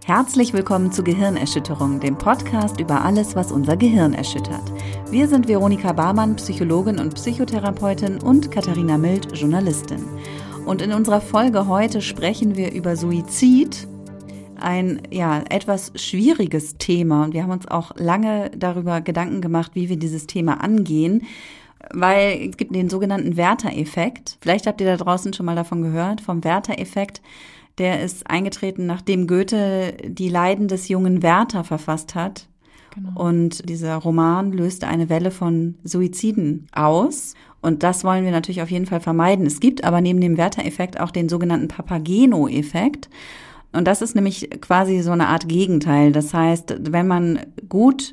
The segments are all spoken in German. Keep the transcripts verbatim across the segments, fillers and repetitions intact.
Herzlich willkommen zu Gehirnerschütterung, dem Podcast über alles, was unser Gehirn erschüttert. Wir sind Veronika Barmann, Psychologin und Psychotherapeutin, und Katharina Mild, Journalistin. Und in unserer Folge heute sprechen wir über Suizid, ein ja etwas schwieriges Thema. Und wir haben uns auch lange darüber Gedanken gemacht, wie wir dieses Thema angehen, weil es gibt den sogenannten Werther-Effekt. Vielleicht habt ihr da draußen schon mal davon gehört, vom Werther-Effekt. Der ist eingetreten, nachdem Goethe die Leiden des jungen Werther verfasst hat. Genau. Und dieser Roman löste eine Welle von Suiziden aus. Und das wollen wir natürlich auf jeden Fall vermeiden. Es gibt aber neben dem Werther-Effekt auch den sogenannten Papageno-Effekt. Und das ist nämlich quasi so eine Art Gegenteil. Das heißt, wenn man gut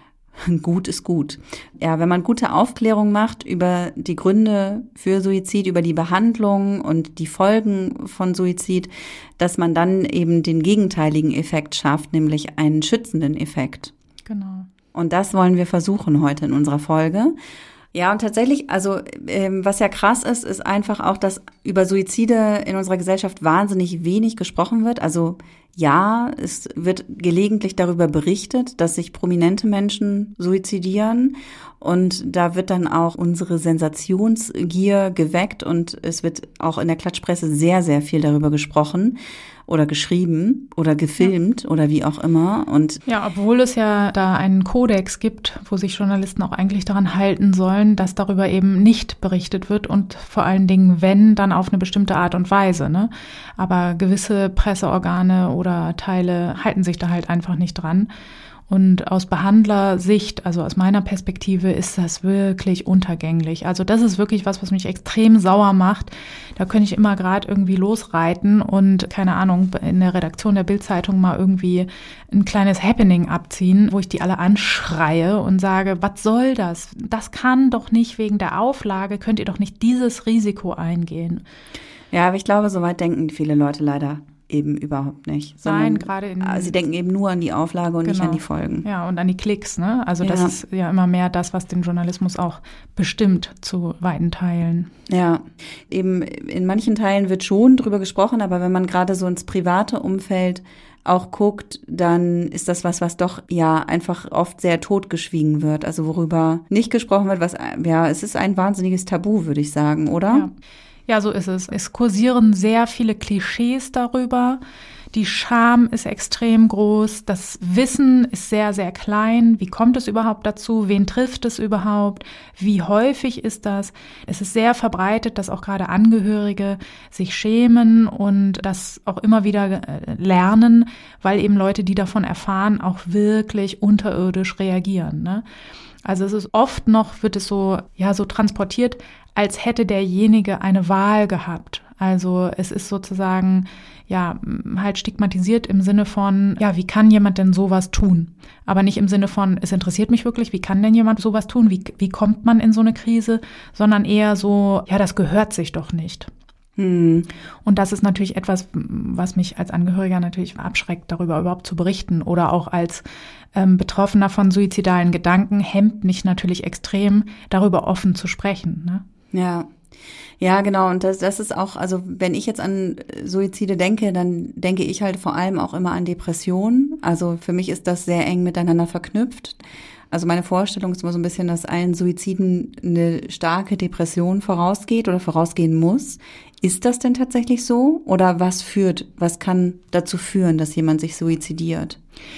Gut ist gut. Ja, wenn man gute Aufklärung macht über die Gründe für Suizid, über die Behandlung und die Folgen von Suizid, dass man dann eben den gegenteiligen Effekt schafft, nämlich einen schützenden Effekt. Genau. Und das wollen wir versuchen heute in unserer Folge. Ja, und tatsächlich, also ähm, was ja krass ist, ist einfach auch, dass über Suizide in unserer Gesellschaft wahnsinnig wenig gesprochen wird. Also ja, es wird gelegentlich darüber berichtet, dass sich prominente Menschen suizidieren, und da wird dann auch unsere Sensationsgier geweckt und es wird auch in der Klatschpresse sehr, sehr viel darüber gesprochen oder geschrieben oder gefilmt, ja, oder wie auch immer. Und ja, obwohl es ja da einen Kodex gibt, wo sich Journalisten auch eigentlich daran halten sollen, dass darüber eben nicht berichtet wird und vor allen Dingen, wenn, dann auf eine bestimmte Art und Weise, ne? Aber gewisse Presseorgane oder Teile halten sich da halt einfach nicht dran. Und aus Behandlersicht, also aus meiner Perspektive, ist das wirklich untergänglich. Also das ist wirklich was, was mich extrem sauer macht. Da könnte ich immer gerade irgendwie losreiten und, keine Ahnung, in der Redaktion der Bild-Zeitung mal irgendwie ein kleines Happening abziehen, wo ich die alle anschreie und sage, was soll das? Das kann doch nicht, wegen der Auflage könnt ihr doch nicht dieses Risiko eingehen. Ja, aber ich glaube, so weit denken viele Leute leider eben überhaupt nicht. Nein, gerade in... Sie denken eben nur an die Auflage und genau, nicht an die Folgen. Ja, und an die Klicks, ne? Also das ja. ist ja immer mehr das, was den Journalismus auch bestimmt zu weiten Teilen. Ja, eben in manchen Teilen wird schon drüber gesprochen, aber wenn man gerade so ins private Umfeld auch guckt, dann ist das was, was doch ja einfach oft sehr totgeschwiegen wird. Also worüber nicht gesprochen wird, was ja, es ist ein wahnsinniges Tabu, würde ich sagen, oder? Ja. Ja, so ist es. Es kursieren sehr viele Klischees darüber. Die Scham ist extrem groß. Das Wissen ist sehr, sehr klein. Wie kommt es überhaupt dazu? Wen trifft es überhaupt? Wie häufig ist das? Es ist sehr verbreitet, dass auch gerade Angehörige sich schämen und das auch immer wieder lernen, weil eben Leute, die davon erfahren, auch wirklich unterirdisch reagieren, ne? Also es ist oft noch, wird es so, ja, so transportiert, als hätte derjenige eine Wahl gehabt. Also es ist sozusagen, ja, halt stigmatisiert im Sinne von, ja, wie kann jemand denn sowas tun? Aber nicht im Sinne von, es interessiert mich wirklich, wie kann denn jemand sowas tun? Wie, wie kommt man in so eine Krise? Sondern eher so, ja, das gehört sich doch nicht. Hm. Und das ist natürlich etwas, was mich als Angehöriger natürlich abschreckt, darüber überhaupt zu berichten, oder auch als ähm, Betroffener von suizidalen Gedanken hemmt mich natürlich extrem, darüber offen zu sprechen, ne? Ja, ja, genau. Und das, das ist auch, also wenn ich jetzt an Suizide denke, dann denke ich halt vor allem auch immer an Depressionen. Also für mich ist das sehr eng miteinander verknüpft. Also meine Vorstellung ist immer so ein bisschen, dass allen Suiziden eine starke Depression vorausgeht oder vorausgehen muss. Ist das denn tatsächlich so? Oder was führt, was kann dazu führen, dass jemand sich suizidiert?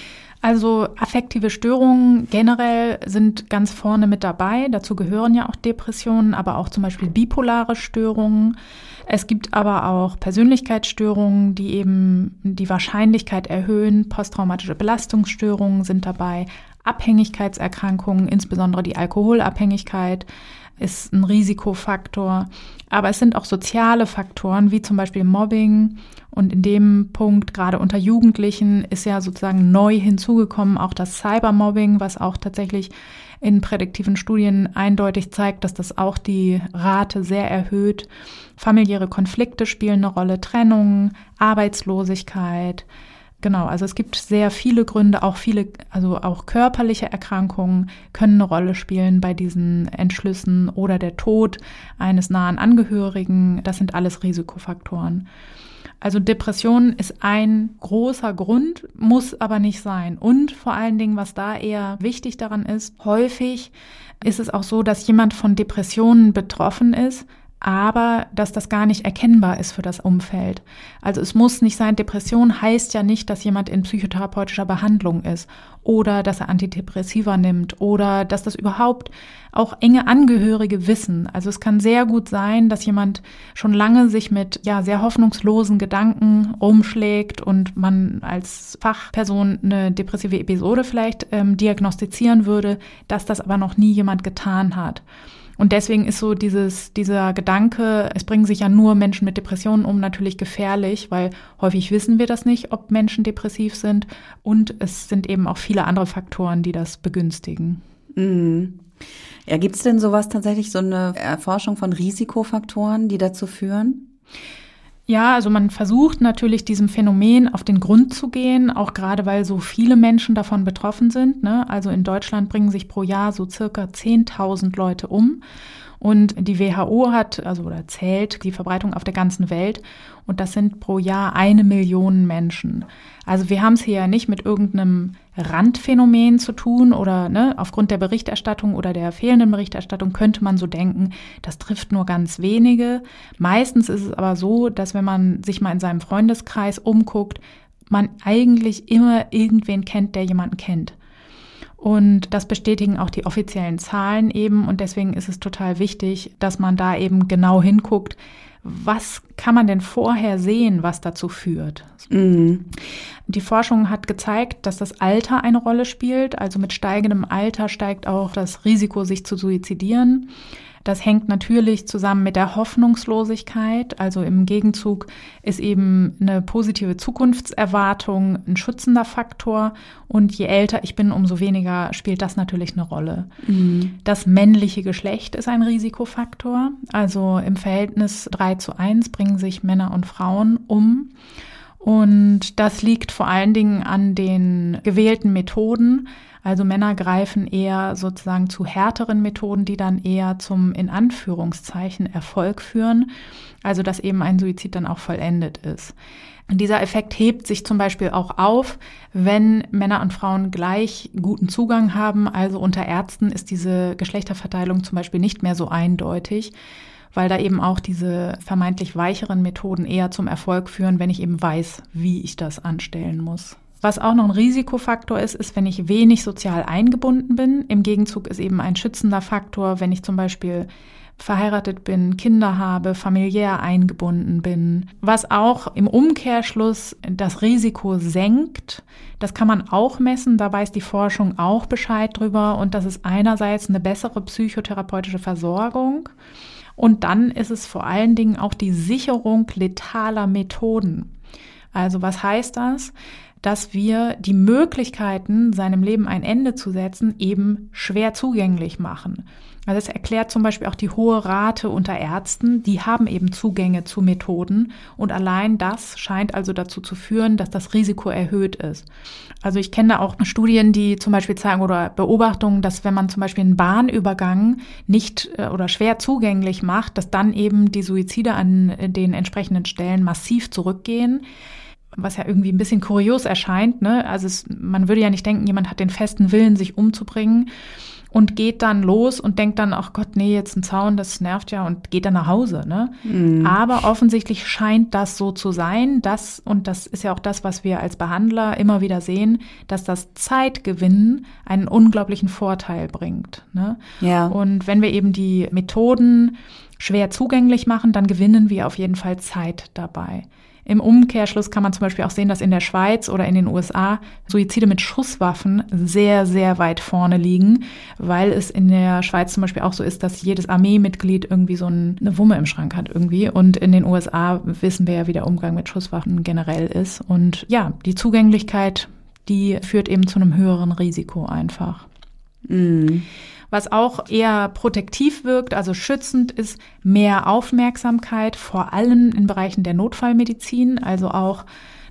Also affektive Störungen generell sind ganz vorne mit dabei. Dazu gehören ja auch Depressionen, aber auch zum Beispiel bipolare Störungen. Es gibt aber auch Persönlichkeitsstörungen, die eben die Wahrscheinlichkeit erhöhen. Posttraumatische Belastungsstörungen sind dabei. Abhängigkeitserkrankungen, insbesondere die Alkoholabhängigkeit, ist ein Risikofaktor. Aber es sind auch soziale Faktoren, wie zum Beispiel Mobbing. Und in dem Punkt, gerade unter Jugendlichen, ist ja sozusagen neu hinzugekommen auch das Cybermobbing, was auch tatsächlich in prädiktiven Studien eindeutig zeigt, dass das auch die Rate sehr erhöht. Familiäre Konflikte spielen eine Rolle, Trennung, Arbeitslosigkeit. Genau, also es gibt sehr viele Gründe, auch viele, also auch körperliche Erkrankungen können eine Rolle spielen bei diesen Entschlüssen, oder der Tod eines nahen Angehörigen. Das sind alles Risikofaktoren. Also Depression ist ein großer Grund, muss aber nicht sein. Und vor allen Dingen, was da eher wichtig daran ist, häufig ist es auch so, dass jemand von Depressionen betroffen ist, aber dass das gar nicht erkennbar ist für das Umfeld. Also es muss nicht sein, Depression heißt ja nicht, dass jemand in psychotherapeutischer Behandlung ist oder dass er Antidepressiva nimmt oder dass das überhaupt auch enge Angehörige wissen. Also es kann sehr gut sein, dass jemand schon lange sich mit ja sehr hoffnungslosen Gedanken rumschlägt und man als Fachperson eine depressive Episode vielleicht ähm, diagnostizieren würde, dass das aber noch nie jemand getan hat. Und deswegen ist so dieses, dieser Gedanke, es bringen sich ja nur Menschen mit Depressionen um, natürlich gefährlich, weil häufig wissen wir das nicht, ob Menschen depressiv sind. Und es sind eben auch viele andere Faktoren, die das begünstigen. Mhm. Ja, gibt es denn sowas tatsächlich, so eine Erforschung von Risikofaktoren, die dazu führen? Ja, also man versucht natürlich diesem Phänomen auf den Grund zu gehen, auch gerade weil so viele Menschen davon betroffen sind, ne? Also in Deutschland bringen sich pro Jahr so circa zehntausend Leute um. Und die W H O hat, also oder zählt die Verbreitung auf der ganzen Welt. Und das sind pro Jahr eine Million Menschen. Also wir haben es hier ja nicht mit irgendeinem Randphänomen zu tun oder ne, aufgrund der Berichterstattung oder der fehlenden Berichterstattung könnte man so denken, das trifft nur ganz wenige. Meistens ist es aber so, dass wenn man sich mal in seinem Freundeskreis umguckt, man eigentlich immer irgendwen kennt, der jemanden kennt. Und das bestätigen auch die offiziellen Zahlen eben. Und deswegen ist es total wichtig, dass man da eben genau hinguckt, was kann man denn vorher sehen, was dazu führt. Mhm. Die Forschung hat gezeigt, dass das Alter eine Rolle spielt. Also mit steigendem Alter steigt auch das Risiko, sich zu suizidieren. Das hängt natürlich zusammen mit der Hoffnungslosigkeit. Also im Gegenzug ist eben eine positive Zukunftserwartung ein schützender Faktor. Und je älter ich bin, umso weniger spielt das natürlich eine Rolle. Mhm. Das männliche Geschlecht ist ein Risikofaktor. Also im Verhältnis drei zu eins bringen sich Männer und Frauen um. Und das liegt vor allen Dingen an den gewählten Methoden. Also Männer greifen eher sozusagen zu härteren Methoden, die dann eher zum, in Anführungszeichen, Erfolg führen. Also dass eben ein Suizid dann auch vollendet ist. Und dieser Effekt hebt sich zum Beispiel auch auf, wenn Männer und Frauen gleich guten Zugang haben. Also unter Ärzten ist diese Geschlechterverteilung zum Beispiel nicht mehr so eindeutig, weil da eben auch diese vermeintlich weicheren Methoden eher zum Erfolg führen, wenn ich eben weiß, wie ich das anstellen muss. Was auch noch ein Risikofaktor ist, ist, wenn ich wenig sozial eingebunden bin. Im Gegenzug ist eben ein schützender Faktor, wenn ich zum Beispiel verheiratet bin, Kinder habe, familiär eingebunden bin. Was auch im Umkehrschluss das Risiko senkt, das kann man auch messen, da weiß die Forschung auch Bescheid drüber. Und das ist einerseits eine bessere psychotherapeutische Versorgung. Und dann ist es vor allen Dingen auch die Sicherung letaler Methoden. Also was heißt das? Dass wir die Möglichkeiten, seinem Leben ein Ende zu setzen, eben schwer zugänglich machen. Also das erklärt zum Beispiel auch die hohe Rate unter Ärzten, die haben eben Zugänge zu Methoden und allein das scheint also dazu zu führen, dass das Risiko erhöht ist. Also ich kenne da auch Studien, die zum Beispiel zeigen oder Beobachtungen, dass wenn man zum Beispiel einen Bahnübergang nicht oder schwer zugänglich macht, dass dann eben die Suizide an den entsprechenden Stellen massiv zurückgehen. Was ja irgendwie ein bisschen kurios erscheint, ne? Also es, man würde ja nicht denken, jemand hat den festen Willen, sich umzubringen und geht dann los und denkt dann, ach Gott, nee, jetzt ein Zaun, das nervt ja und geht dann nach Hause, ne? Mhm. Aber offensichtlich scheint das so zu sein, dass, und das ist ja auch das, was wir als Behandler immer wieder sehen, dass das Zeitgewinnen einen unglaublichen Vorteil bringt, ne? Ja. Und wenn wir eben die Methoden schwer zugänglich machen, dann gewinnen wir auf jeden Fall Zeit dabei. Im Umkehrschluss kann man zum Beispiel auch sehen, dass in der Schweiz oder in den U S A Suizide mit Schusswaffen sehr, sehr weit vorne liegen, weil es in der Schweiz zum Beispiel auch so ist, dass jedes Armeemitglied irgendwie so eine Wumme im Schrank hat irgendwie. Und in den U S A wissen wir ja, wie der Umgang mit Schusswaffen generell ist. Und ja, die Zugänglichkeit, die führt eben zu einem höheren Risiko einfach. Mhm. Was auch eher protektiv wirkt, also schützend, ist mehr Aufmerksamkeit, vor allem in Bereichen der Notfallmedizin, also auch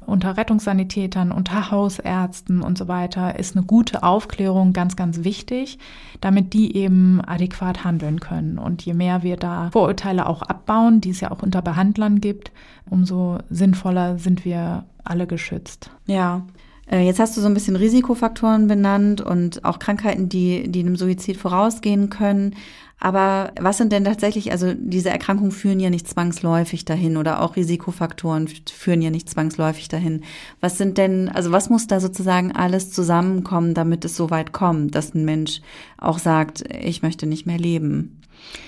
unter Rettungssanitätern, unter Hausärzten und so weiter ist eine gute Aufklärung ganz, ganz wichtig, damit die eben adäquat handeln können. Und je mehr wir da Vorurteile auch abbauen, die es ja auch unter Behandlern gibt, umso sinnvoller sind wir alle geschützt. Ja. Jetzt hast du so ein bisschen Risikofaktoren benannt und auch Krankheiten, die, die einem Suizid vorausgehen können. Aber was sind denn tatsächlich, also diese Erkrankungen führen ja nicht zwangsläufig dahin oder auch Risikofaktoren führen ja nicht zwangsläufig dahin. Was sind denn, also was muss da sozusagen alles zusammenkommen, damit es so weit kommt, dass ein Mensch auch sagt, ich möchte nicht mehr leben?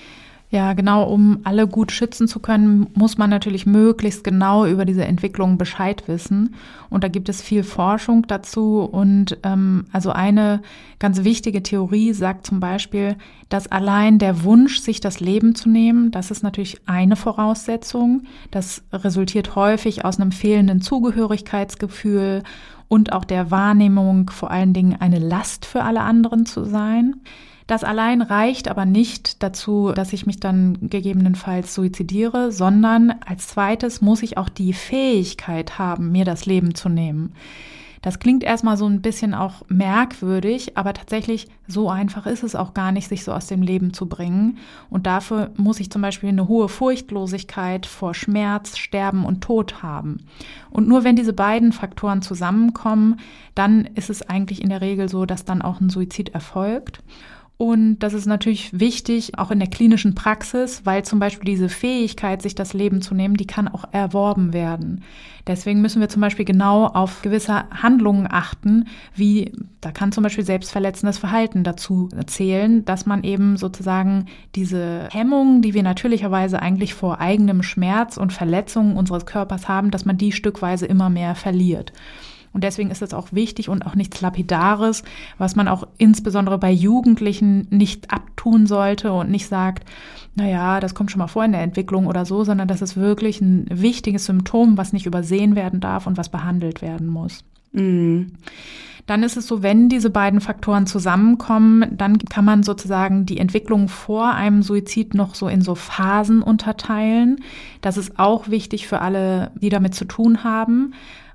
Ja, genau, um alle gut schützen zu können, muss man natürlich möglichst genau über diese Entwicklung Bescheid wissen. Und da gibt es viel Forschung dazu. Und ähm, also eine ganz wichtige Theorie sagt zum Beispiel, dass allein der Wunsch, sich das Leben zu nehmen, das ist natürlich eine Voraussetzung. Das resultiert häufig aus einem fehlenden Zugehörigkeitsgefühl und auch der Wahrnehmung, vor allen Dingen eine Last für alle anderen zu sein. Das allein reicht aber nicht dazu, dass ich mich dann gegebenenfalls suizidiere, sondern als zweites muss ich auch die Fähigkeit haben, mir das Leben zu nehmen. Das klingt erstmal so ein bisschen auch merkwürdig, aber tatsächlich so einfach ist es auch gar nicht, sich so aus dem Leben zu bringen. Und dafür muss ich zum Beispiel eine hohe Furchtlosigkeit vor Schmerz, Sterben und Tod haben. Und nur wenn diese beiden Faktoren zusammenkommen, dann ist es eigentlich in der Regel so, dass dann auch ein Suizid erfolgt. Und das ist natürlich wichtig, auch in der klinischen Praxis, weil zum Beispiel diese Fähigkeit, sich das Leben zu nehmen, die kann auch erworben werden. Deswegen müssen wir zum Beispiel genau auf gewisse Handlungen achten, wie, da kann zum Beispiel selbstverletzendes Verhalten dazu zählen, dass man eben sozusagen diese Hemmung, die wir natürlicherweise eigentlich vor eigenem Schmerz und Verletzungen unseres Körpers haben, dass man die stückweise immer mehr verliert. Und deswegen ist es auch wichtig und auch nichts Lapidares, was man auch insbesondere bei Jugendlichen nicht abtun sollte und nicht sagt, naja, das kommt schon mal vor in der Entwicklung oder so, sondern das ist wirklich ein wichtiges Symptom, was nicht übersehen werden darf und was behandelt werden muss. Mhm. Dann ist es so, wenn diese beiden Faktoren zusammenkommen, dann kann man sozusagen die Entwicklung vor einem Suizid noch so in so Phasen unterteilen. Das ist auch wichtig für alle, die damit zu tun haben.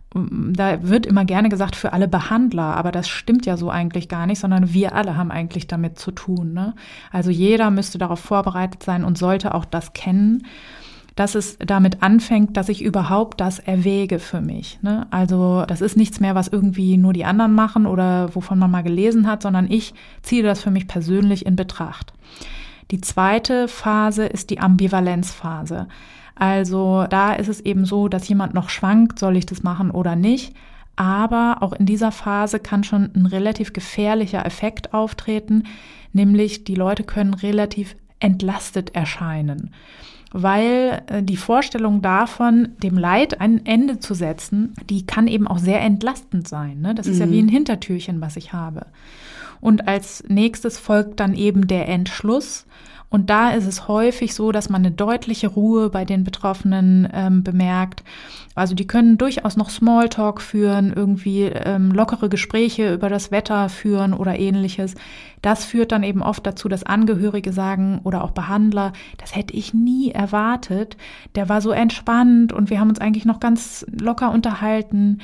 Da wird immer gerne gesagt, für alle Behandler, aber das stimmt ja so eigentlich gar nicht, sondern wir alle haben eigentlich damit zu tun, ne? Also jeder müsste darauf vorbereitet sein und sollte auch das kennen, dass es damit anfängt, dass ich überhaupt das erwäge für mich, ne? Also das ist nichts mehr, was irgendwie nur die anderen machen oder wovon man mal gelesen hat, sondern ich ziehe das für mich persönlich in Betracht. Die zweite Phase ist die Ambivalenzphase. Also da ist es eben so, dass jemand noch schwankt, soll ich das machen oder nicht. Aber auch in dieser Phase kann schon ein relativ gefährlicher Effekt auftreten, nämlich die Leute können relativ entlastet erscheinen. Weil die Vorstellung davon, dem Leid ein Ende zu setzen, die kann eben auch sehr entlastend sein, ne? Das ist mhm. ja wie ein Hintertürchen, was ich habe. Und als nächstes folgt dann eben der Entschluss. Und da ist es häufig so, dass man eine deutliche Ruhe bei den Betroffenen ähm, bemerkt. Also die können durchaus noch Smalltalk führen, irgendwie ähm, lockere Gespräche über das Wetter führen oder ähnliches. Das führt dann eben oft dazu, dass Angehörige sagen oder auch Behandler, das hätte ich nie erwartet. Der war so entspannt und wir haben uns eigentlich noch ganz locker unterhalten.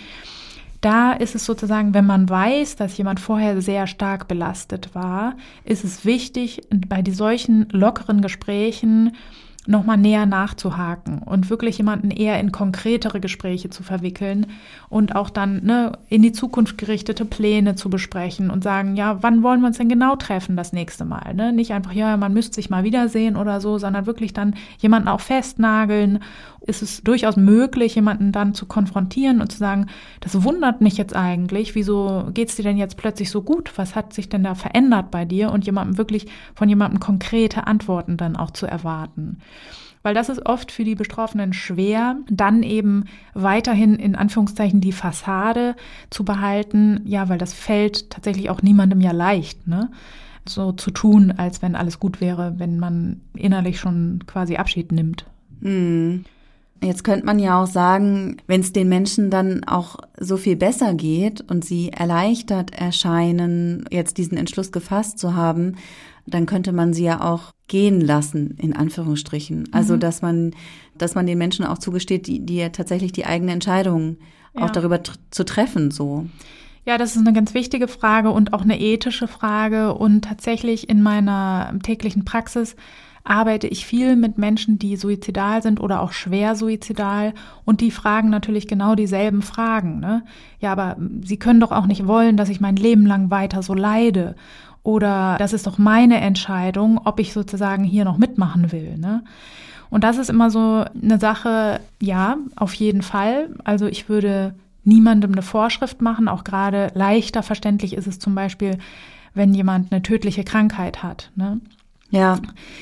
Da ist es sozusagen, wenn man weiß, dass jemand vorher sehr stark belastet war, ist es wichtig, bei solchen lockeren Gesprächen nochmal näher nachzuhaken und wirklich jemanden eher in konkretere Gespräche zu verwickeln und auch dann ne, in die Zukunft gerichtete Pläne zu besprechen und sagen, ja, wann wollen wir uns denn genau treffen das nächste Mal? Ne? Nicht einfach, ja, man müsste sich mal wiedersehen oder so, sondern wirklich dann jemanden auch festnageln. Ist es durchaus möglich, jemanden dann zu konfrontieren und zu sagen, das wundert mich jetzt eigentlich, wieso geht's dir denn jetzt plötzlich so gut? Was hat sich denn da verändert bei dir? Und jemandem wirklich von jemandem konkrete Antworten dann auch zu erwarten. Weil das ist oft für die Betroffenen schwer, dann eben weiterhin in Anführungszeichen die Fassade zu behalten, ja, weil das fällt tatsächlich auch niemandem ja leicht, ne? So zu tun, als wenn alles gut wäre, wenn man innerlich schon quasi Abschied nimmt. Hm. Jetzt könnte man ja auch sagen, wenn es den Menschen dann auch so viel besser geht und sie erleichtert erscheinen, jetzt diesen Entschluss gefasst zu haben, dann könnte man sie ja auch gehen lassen, in Anführungsstrichen. Also, mhm. dass man, dass man den Menschen auch zugesteht, die, die ja tatsächlich die eigene Entscheidung ja. auch darüber tr- zu treffen, so? Ja, das ist eine ganz wichtige Frage und auch eine ethische Frage. Und tatsächlich in meiner täglichen Praxis arbeite ich viel mit Menschen, die suizidal sind oder auch schwer suizidal. Und die fragen natürlich genau dieselben Fragen, ne? Ja, aber sie können doch auch nicht wollen, dass ich mein Leben lang weiter so leide. Oder das ist doch meine Entscheidung, ob ich sozusagen hier noch mitmachen will, ne? Und das ist immer so eine Sache, ja, auf jeden Fall. Also ich würde niemandem eine Vorschrift machen. Auch gerade leichter verständlich ist es zum Beispiel, wenn jemand eine tödliche Krankheit hat, ne? Ja.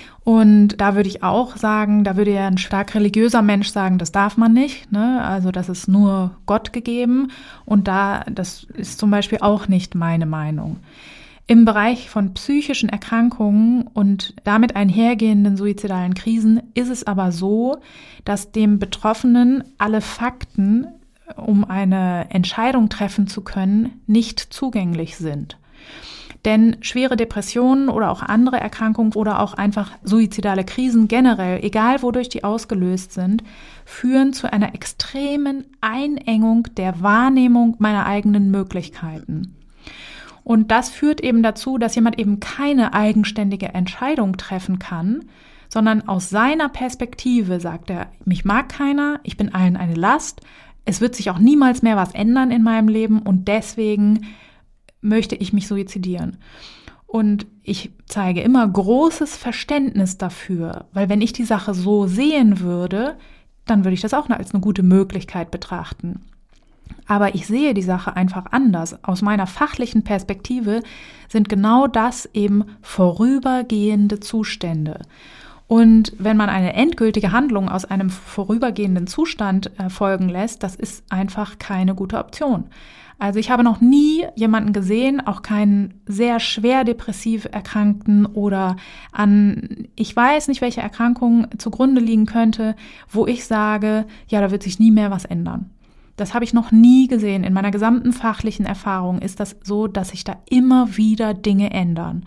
Und da würde ich auch sagen, da würde ja ein stark religiöser Mensch sagen, das darf man nicht, ne? Also das ist nur Gott gegeben. Und da, das ist zum Beispiel auch nicht meine Meinung. Im Bereich von psychischen Erkrankungen und damit einhergehenden suizidalen Krisen ist es aber so, dass dem Betroffenen alle Fakten, um eine Entscheidung treffen zu können, nicht zugänglich sind. Denn schwere Depressionen oder auch andere Erkrankungen oder auch einfach suizidale Krisen generell, egal wodurch die ausgelöst sind, führen zu einer extremen Einengung der Wahrnehmung meiner eigenen Möglichkeiten. Und das führt eben dazu, dass jemand eben keine eigenständige Entscheidung treffen kann, sondern aus seiner Perspektive sagt er, mich mag keiner, ich bin allen eine Last, es wird sich auch niemals mehr was ändern in meinem Leben und deswegen möchte ich mich suizidieren. Und ich zeige immer großes Verständnis dafür, weil wenn ich die Sache so sehen würde, dann würde ich das auch als eine gute Möglichkeit betrachten. Aber ich sehe die Sache einfach anders. Aus meiner fachlichen Perspektive sind genau das eben vorübergehende Zustände. Und wenn man eine endgültige Handlung aus einem vorübergehenden Zustand erfolgen lässt, das ist einfach keine gute Option. Also ich habe noch nie jemanden gesehen, auch keinen sehr schwer depressiv Erkrankten oder an, ich weiß nicht, welche Erkrankung zugrunde liegen könnte, wo ich sage, ja, da wird sich nie mehr was ändern. Das habe ich noch nie gesehen. In meiner gesamten fachlichen Erfahrung ist das so, dass sich da immer wieder Dinge ändern.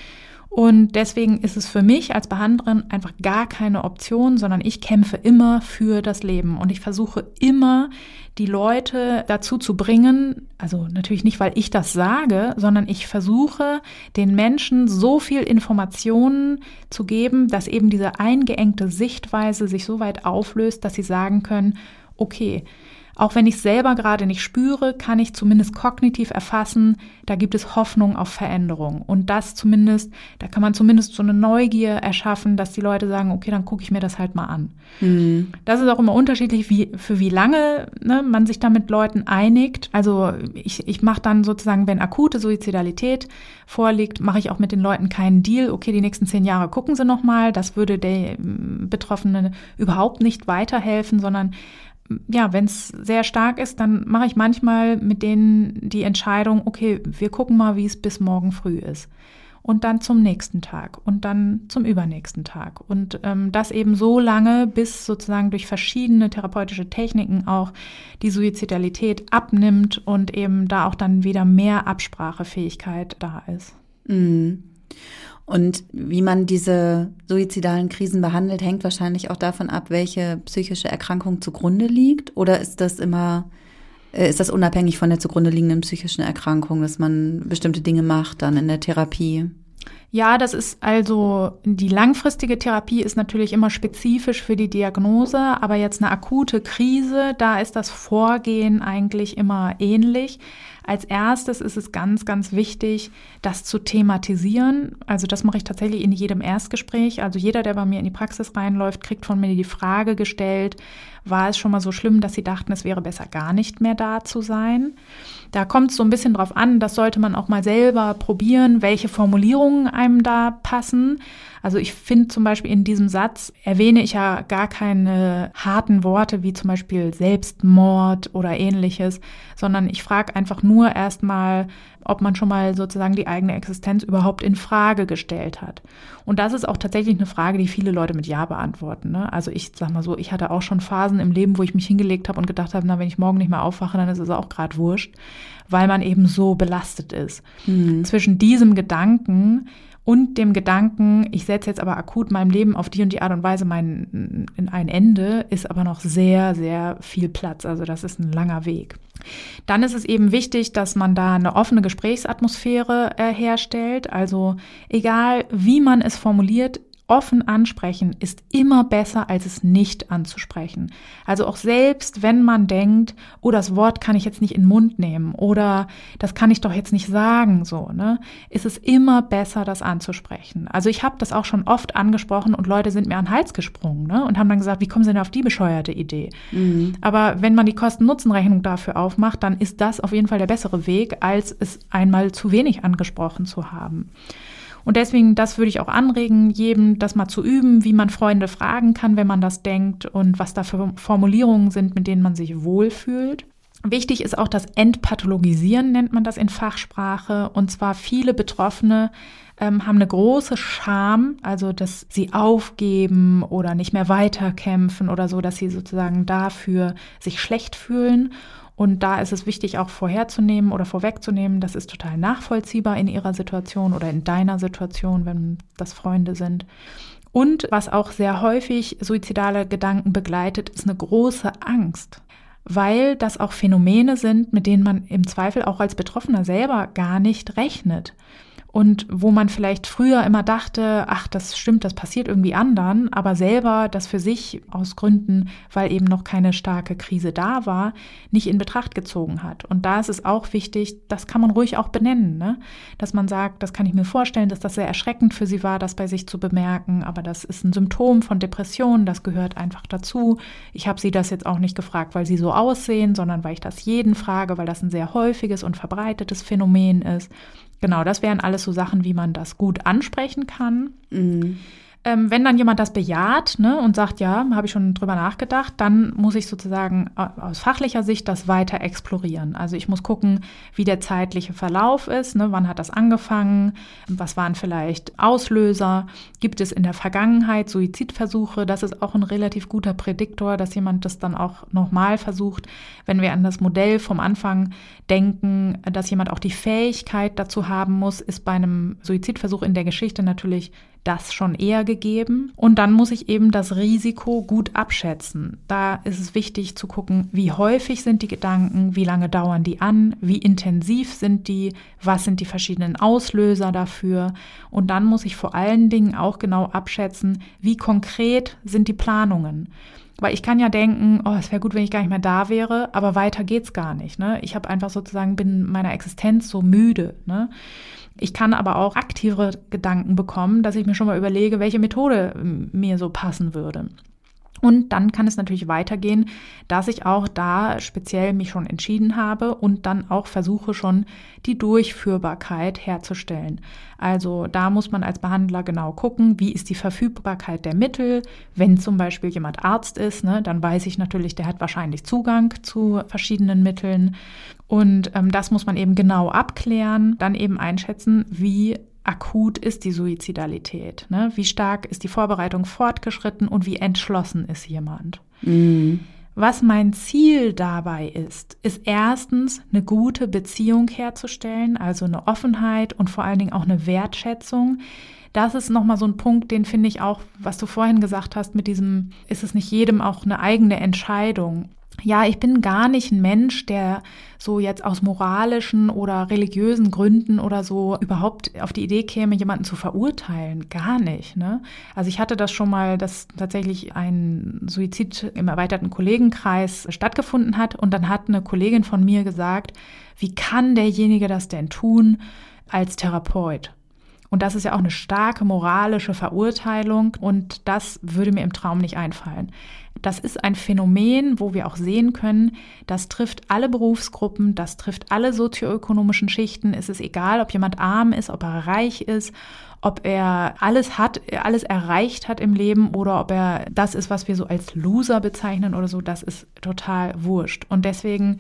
Und deswegen ist es für mich als Behandlerin einfach gar keine Option, sondern ich kämpfe immer für das Leben. Und ich versuche immer, die Leute dazu zu bringen, also natürlich nicht, weil ich das sage, sondern ich versuche, den Menschen so viel Informationen zu geben, dass eben diese eingeengte Sichtweise sich so weit auflöst, dass sie sagen können, okay, auch wenn ich es selber gerade nicht spüre, kann ich zumindest kognitiv erfassen, da gibt es Hoffnung auf Veränderung. Und das zumindest, da kann man zumindest so eine Neugier erschaffen, dass die Leute sagen, okay, dann gucke ich mir das halt mal an. Mhm. Das ist auch immer unterschiedlich, wie, für wie lange ne, man sich da mit Leuten einigt. Also ich, ich mache dann sozusagen, wenn akute Suizidalität vorliegt, mache ich auch mit den Leuten keinen Deal. Okay, die nächsten zehn Jahre gucken sie noch mal. Das würde der Betroffenen überhaupt nicht weiterhelfen, sondern ja, wenn es sehr stark ist, dann mache ich manchmal mit denen die Entscheidung, okay, wir gucken mal, wie es bis morgen früh ist. Und dann zum nächsten Tag und dann zum übernächsten Tag. Und ähm, das eben so lange, bis sozusagen durch verschiedene therapeutische Techniken auch die Suizidalität abnimmt und eben da auch dann wieder mehr Absprachefähigkeit da ist. Mhm. Und wie man diese suizidalen Krisen behandelt, hängt wahrscheinlich auch davon ab, welche psychische Erkrankung zugrunde liegt. Oder ist das immer, ist das unabhängig von der zugrunde liegenden psychischen Erkrankung, dass man bestimmte Dinge macht dann in der Therapie? Ja, das ist also, die langfristige Therapie ist natürlich immer spezifisch für die Diagnose, aber jetzt eine akute Krise, da ist das Vorgehen eigentlich immer ähnlich. Als erstes ist es ganz, ganz wichtig, das zu thematisieren. Also das mache ich tatsächlich in jedem Erstgespräch. Also jeder, der bei mir in die Praxis reinläuft, kriegt von mir die Frage gestellt, war es schon mal so schlimm, dass Sie dachten, es wäre besser, gar nicht mehr da zu sein? Da kommt es so ein bisschen drauf an, das sollte man auch mal selber probieren, welche Formulierungen einem da passen. Also ich finde zum Beispiel in diesem Satz erwähne ich ja gar keine harten Worte wie zum Beispiel Selbstmord oder ähnliches, sondern ich frage einfach nur erstmal, ob man schon mal sozusagen die eigene Existenz überhaupt in Frage gestellt hat. Und das ist auch tatsächlich eine Frage, die viele Leute mit Ja beantworten, ne? Also ich sag mal so, ich hatte auch schon Phasen im Leben, wo ich mich hingelegt habe und gedacht habe, na, wenn ich morgen nicht mehr aufwache, dann ist es auch gerade wurscht, weil man eben so belastet ist. Mhm. Zwischen diesem Gedanken und dem Gedanken, ich setze jetzt aber akut meinem Leben auf die und die Art und Weise mein, in ein Ende, ist aber noch sehr, sehr viel Platz. Also das ist ein langer Weg. Dann ist es eben wichtig, dass man da eine offene Gesprächsatmosphäre äh, herstellt. Also egal, wie man es formuliert, offen ansprechen ist immer besser, als es nicht anzusprechen. Also auch selbst, wenn man denkt, oh, das Wort kann ich jetzt nicht in den Mund nehmen oder das kann ich doch jetzt nicht sagen, so, ne, ist es immer besser, das anzusprechen. Also ich habe das auch schon oft angesprochen und Leute sind mir an den Hals gesprungen, ne, und haben dann gesagt, wie kommen Sie denn auf die bescheuerte Idee? Mhm. Aber wenn man die Kosten-Nutzen-Rechnung dafür aufmacht, dann ist das auf jeden Fall der bessere Weg, als es einmal zu wenig angesprochen zu haben. Und deswegen, das würde ich auch anregen, jedem das mal zu üben, wie man Freunde fragen kann, wenn man das denkt und was da für Formulierungen sind, mit denen man sich wohlfühlt. Wichtig ist auch das Entpathologisieren, nennt man das in Fachsprache. Und zwar viele Betroffene ähm, haben eine große Scham, also dass sie aufgeben oder nicht mehr weiterkämpfen oder so, dass sie sozusagen dafür sich schlecht fühlen. Und da ist es wichtig, auch vorherzunehmen oder vorwegzunehmen, das ist total nachvollziehbar in ihrer Situation oder in deiner Situation, wenn das Freunde sind. Und was auch sehr häufig suizidale Gedanken begleitet, ist eine große Angst, weil das auch Phänomene sind, mit denen man im Zweifel auch als Betroffener selber gar nicht rechnet. Und wo man vielleicht früher immer dachte, ach, das stimmt, das passiert irgendwie anderen, aber selber das für sich aus Gründen, weil eben noch keine starke Krise da war, nicht in Betracht gezogen hat. Und da ist es auch wichtig, das kann man ruhig auch benennen, ne? Dass man sagt, das kann ich mir vorstellen, dass das sehr erschreckend für sie war, das bei sich zu bemerken, aber das ist ein Symptom von Depressionen, das gehört einfach dazu. Ich habe sie das jetzt auch nicht gefragt, weil sie so aussehen, sondern weil ich das jeden frage, weil das ein sehr häufiges und verbreitetes Phänomen ist. Genau, das wären alles so Sachen, wie man das gut ansprechen kann. Mhm. Ähm, wenn dann jemand das bejaht, ne, und sagt, ja, habe ich schon drüber nachgedacht, dann muss ich sozusagen aus fachlicher Sicht das weiter explorieren. Also ich muss gucken, wie der zeitliche Verlauf ist, ne, wann hat das angefangen, was waren vielleicht Auslöser, gibt es in der Vergangenheit Suizidversuche, das ist auch ein relativ guter Prädiktor, dass jemand das dann auch nochmal versucht, wenn wir an das Modell vom Anfang denken, dass jemand auch die Fähigkeit dazu haben muss, ist bei einem Suizidversuch in der Geschichte natürlich das schon eher gegeben. Und dann muss ich eben das Risiko gut abschätzen. Da ist es wichtig zu gucken, wie häufig sind die Gedanken, wie lange dauern die an, wie intensiv sind die, was sind die verschiedenen Auslöser dafür. Und dann muss ich vor allen Dingen auch genau abschätzen, wie konkret sind die Planungen. Weil ich kann ja denken, oh, es wäre gut, wenn ich gar nicht mehr da wäre, aber weiter geht's gar nicht, ne? Ich habe einfach sozusagen, bin meiner Existenz so müde, ne? Ich kann aber auch aktive Gedanken bekommen, dass ich mir schon mal überlege, welche Methode mir so passen würde. Und dann kann es natürlich weitergehen, dass ich auch da speziell mich schon entschieden habe und dann auch versuche schon die Durchführbarkeit herzustellen. Also da muss man als Behandler genau gucken, wie ist die Verfügbarkeit der Mittel. Wenn zum Beispiel jemand Arzt ist, ne, dann weiß ich natürlich, der hat wahrscheinlich Zugang zu verschiedenen Mitteln. Und ähm, das muss man eben genau abklären, dann eben einschätzen, wie akut ist die Suizidalität, ne? Wie stark ist die Vorbereitung fortgeschritten und wie entschlossen ist jemand? Mhm. Was mein Ziel dabei ist, ist erstens eine gute Beziehung herzustellen, also eine Offenheit und vor allen Dingen auch eine Wertschätzung. Das ist nochmal so ein Punkt, den finde ich auch, was du vorhin gesagt hast, mit diesem, ist es nicht jedem auch eine eigene Entscheidung? Ja, ich bin gar nicht ein Mensch, der so jetzt aus moralischen oder religiösen Gründen oder so überhaupt auf die Idee käme, jemanden zu verurteilen. Gar nicht, ne? Also ich hatte das schon mal, dass tatsächlich ein Suizid im erweiterten Kollegenkreis stattgefunden hat und dann hat eine Kollegin von mir gesagt, wie kann derjenige das denn tun als Therapeut? Und das ist ja auch eine starke moralische Verurteilung und das würde mir im Traum nicht einfallen. Das ist ein Phänomen, wo wir auch sehen können, das trifft alle Berufsgruppen, das trifft alle sozioökonomischen Schichten. Es ist egal, ob jemand arm ist, ob er reich ist, ob er alles hat, alles erreicht hat im Leben oder ob er das ist, was wir so als Loser bezeichnen oder so, das ist total wurscht. Und deswegen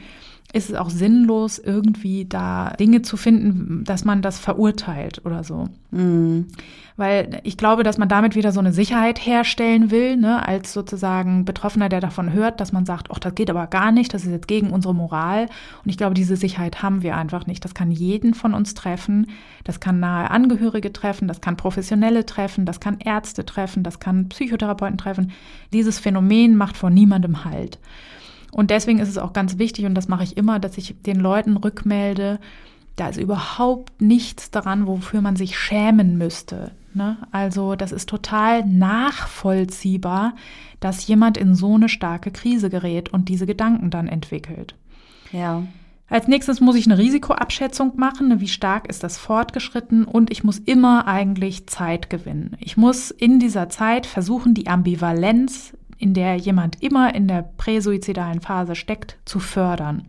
ist es auch sinnlos, irgendwie da Dinge zu finden, dass man das verurteilt oder so. Mhm. Weil ich glaube, dass man damit wieder so eine Sicherheit herstellen will, ne, als sozusagen Betroffener, der davon hört, dass man sagt, ach, das geht aber gar nicht, das ist jetzt gegen unsere Moral. Und ich glaube, diese Sicherheit haben wir einfach nicht. Das kann jeden von uns treffen, das kann nahe Angehörige treffen, das kann Professionelle treffen, das kann Ärzte treffen, das kann Psychotherapeuten treffen. Dieses Phänomen macht vor niemandem Halt. Und deswegen ist es auch ganz wichtig, und das mache ich immer, dass ich den Leuten rückmelde, da ist überhaupt nichts daran, wofür man sich schämen müsste. Ne? Also das ist total nachvollziehbar, dass jemand in so eine starke Krise gerät und diese Gedanken dann entwickelt. Ja. Als nächstes muss ich eine Risikoabschätzung machen, wie stark ist das fortgeschritten, und ich muss immer eigentlich Zeit gewinnen. Ich muss in dieser Zeit versuchen, die Ambivalenz, in der jemand immer in der präsuizidalen Phase steckt, zu fördern.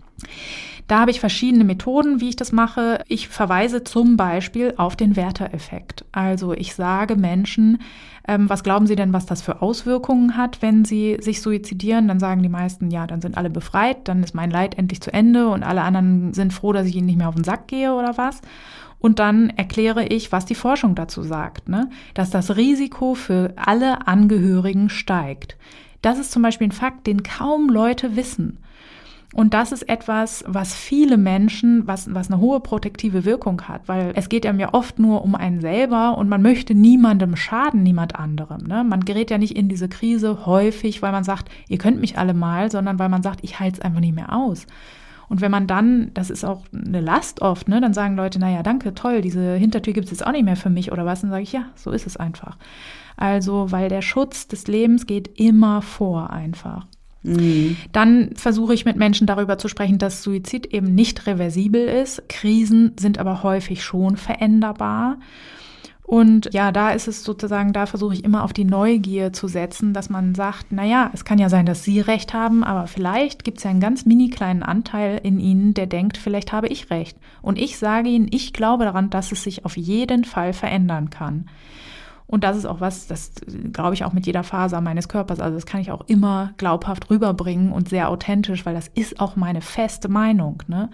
Da habe ich verschiedene Methoden, wie ich das mache. Ich verweise zum Beispiel auf den Werther-Effekt. Also ich sage Menschen, ähm, was glauben Sie denn, was das für Auswirkungen hat, wenn Sie sich suizidieren? Dann sagen die meisten, ja, dann sind alle befreit, dann ist mein Leid endlich zu Ende und alle anderen sind froh, dass ich ihnen nicht mehr auf den Sack gehe oder was. Und dann erkläre ich, was die Forschung dazu sagt, ne? Dass das Risiko für alle Angehörigen steigt. Das ist zum Beispiel ein Fakt, den kaum Leute wissen. Und das ist etwas, was viele Menschen, was, was eine hohe protektive Wirkung hat, weil es geht einem ja oft nur um einen selber und man möchte niemandem schaden, niemand anderem. Ne? Man gerät ja nicht in diese Krise häufig, weil man sagt, ihr könnt mich alle mal, sondern weil man sagt, ich halte es einfach nicht mehr aus. Und wenn man dann, das ist auch eine Last oft, ne, dann sagen Leute, naja, danke, toll, diese Hintertür gibt es jetzt auch nicht mehr für mich oder was. Dann sage ich, ja, so ist es einfach. Also, weil der Schutz des Lebens geht immer vor einfach. Mhm. Dann versuche ich mit Menschen darüber zu sprechen, dass Suizid eben nicht reversibel ist. Krisen sind aber häufig schon veränderbar. Und ja, da ist es sozusagen, da versuche ich immer auf die Neugier zu setzen, dass man sagt, na ja, es kann ja sein, dass Sie recht haben, aber vielleicht gibt es ja einen ganz mini kleinen Anteil in Ihnen, der denkt, vielleicht habe ich recht. Und ich sage Ihnen, ich glaube daran, dass es sich auf jeden Fall verändern kann. Und das ist auch was, das glaube ich auch mit jeder Faser meines Körpers. Also das kann ich auch immer glaubhaft rüberbringen und sehr authentisch, weil das ist auch meine feste Meinung, ne?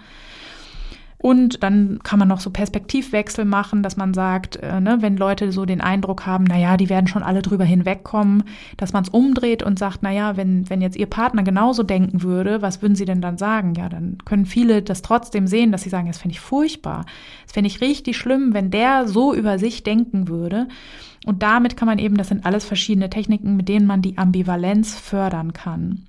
Und dann kann man noch so Perspektivwechsel machen, dass man sagt, äh, ne, wenn Leute so den Eindruck haben, na ja, die werden schon alle drüber hinwegkommen, dass man es umdreht und sagt, na ja, wenn wenn jetzt ihr Partner genauso denken würde, was würden sie denn dann sagen? Ja, dann können viele das trotzdem sehen, dass sie sagen, das finde ich furchtbar. Das finde ich richtig schlimm, wenn der so über sich denken würde. Und damit kann man eben, das sind alles verschiedene Techniken, mit denen man die Ambivalenz fördern kann.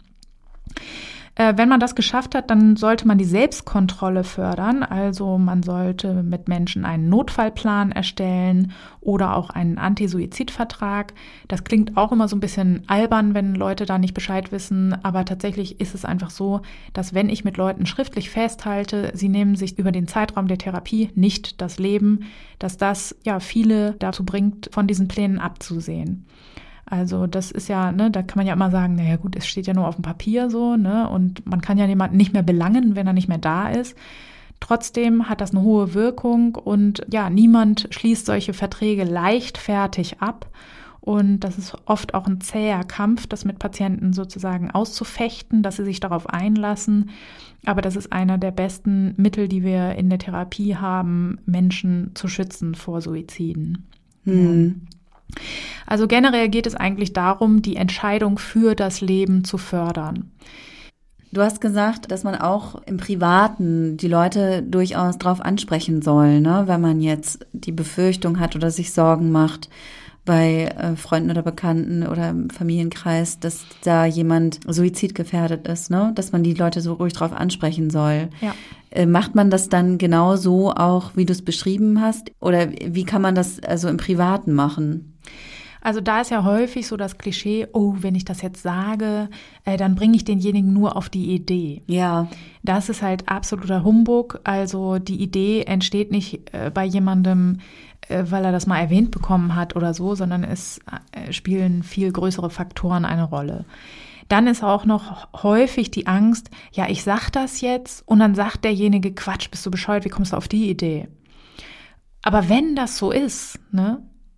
Wenn man das geschafft hat, dann sollte man die Selbstkontrolle fördern. Also man sollte mit Menschen einen Notfallplan erstellen oder auch einen Anti-Suizid-Vertrag. Das klingt auch immer so ein bisschen albern, wenn Leute da nicht Bescheid wissen. Aber tatsächlich ist es einfach so, dass wenn ich mit Leuten schriftlich festhalte, sie nehmen sich über den Zeitraum der Therapie nicht das Leben, dass das ja viele dazu bringt, von diesen Plänen abzusehen. Also das ist ja, ne, da kann man ja immer sagen, naja gut, es steht ja nur auf dem Papier so, ne, und man kann ja jemanden nicht mehr belangen, wenn er nicht mehr da ist. Trotzdem hat das eine hohe Wirkung und ja, niemand schließt solche Verträge leichtfertig ab. Und das ist oft auch ein zäher Kampf, das mit Patienten sozusagen auszufechten, dass sie sich darauf einlassen. Aber das ist einer der besten Mittel, die wir in der Therapie haben, Menschen zu schützen vor Suiziden. Hm. Also generell geht es eigentlich darum, die Entscheidung für das Leben zu fördern. Du hast gesagt, dass man auch im Privaten die Leute durchaus drauf ansprechen soll, ne? Wenn man jetzt die Befürchtung hat oder sich Sorgen macht bei äh, Freunden oder Bekannten oder im Familienkreis, dass da jemand suizidgefährdet ist, ne? Dass man die Leute so ruhig drauf ansprechen soll. Ja. Äh, macht man das dann genau so auch, wie du es beschrieben hast? Oder wie kann man das also im Privaten machen? Also da ist ja häufig so das Klischee, oh, wenn ich das jetzt sage, äh, dann bringe ich denjenigen nur auf die Idee. Ja. Das ist halt absoluter Humbug. Also die Idee entsteht nicht äh, bei jemandem, äh, weil er das mal erwähnt bekommen hat oder so, sondern es äh, spielen viel größere Faktoren eine Rolle. Dann ist auch noch häufig die Angst, ja, ich sag das jetzt und dann sagt derjenige, Quatsch, bist du bescheuert, wie kommst du auf die Idee? Aber wenn das so ist, ne,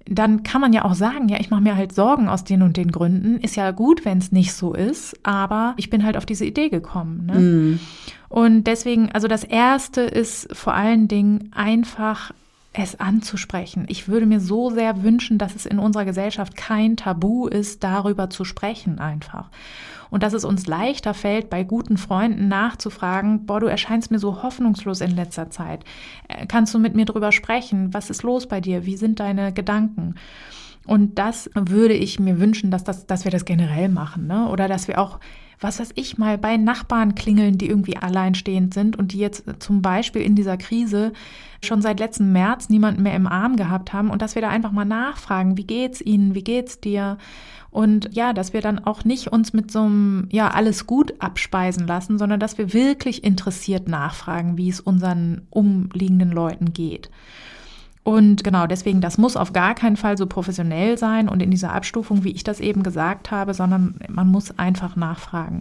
dann kann man ja auch sagen, ja, ich mache mir halt Sorgen aus den und den Gründen. Ist ja gut, wenn es nicht so ist, aber ich bin halt auf diese Idee gekommen. Ne? Mm. Und deswegen, also das Erste ist vor allen Dingen einfach es anzusprechen. Ich würde mir so sehr wünschen, dass es in unserer Gesellschaft kein Tabu ist, darüber zu sprechen einfach. Und dass es uns leichter fällt, bei guten Freunden nachzufragen, boah, du erscheinst mir so hoffnungslos in letzter Zeit. Kannst du mit mir drüber sprechen? Was ist los bei dir? Wie sind deine Gedanken? Und das würde ich mir wünschen, dass, das, dass wir das generell machen, ne? Oder dass wir auch, was weiß ich, mal bei Nachbarn klingeln, die irgendwie alleinstehend sind und die jetzt zum Beispiel in dieser Krise schon seit letzten März niemanden mehr im Arm gehabt haben und dass wir da einfach mal nachfragen, wie geht's ihnen, wie geht's dir? Und ja, dass wir dann auch nicht uns mit so einem, ja, alles gut abspeisen lassen, sondern dass wir wirklich interessiert nachfragen, wie es unseren umliegenden Leuten geht. Und genau, deswegen, das muss auf gar keinen Fall so professionell sein und in dieser Abstufung, wie ich das eben gesagt habe, sondern man muss einfach nachfragen.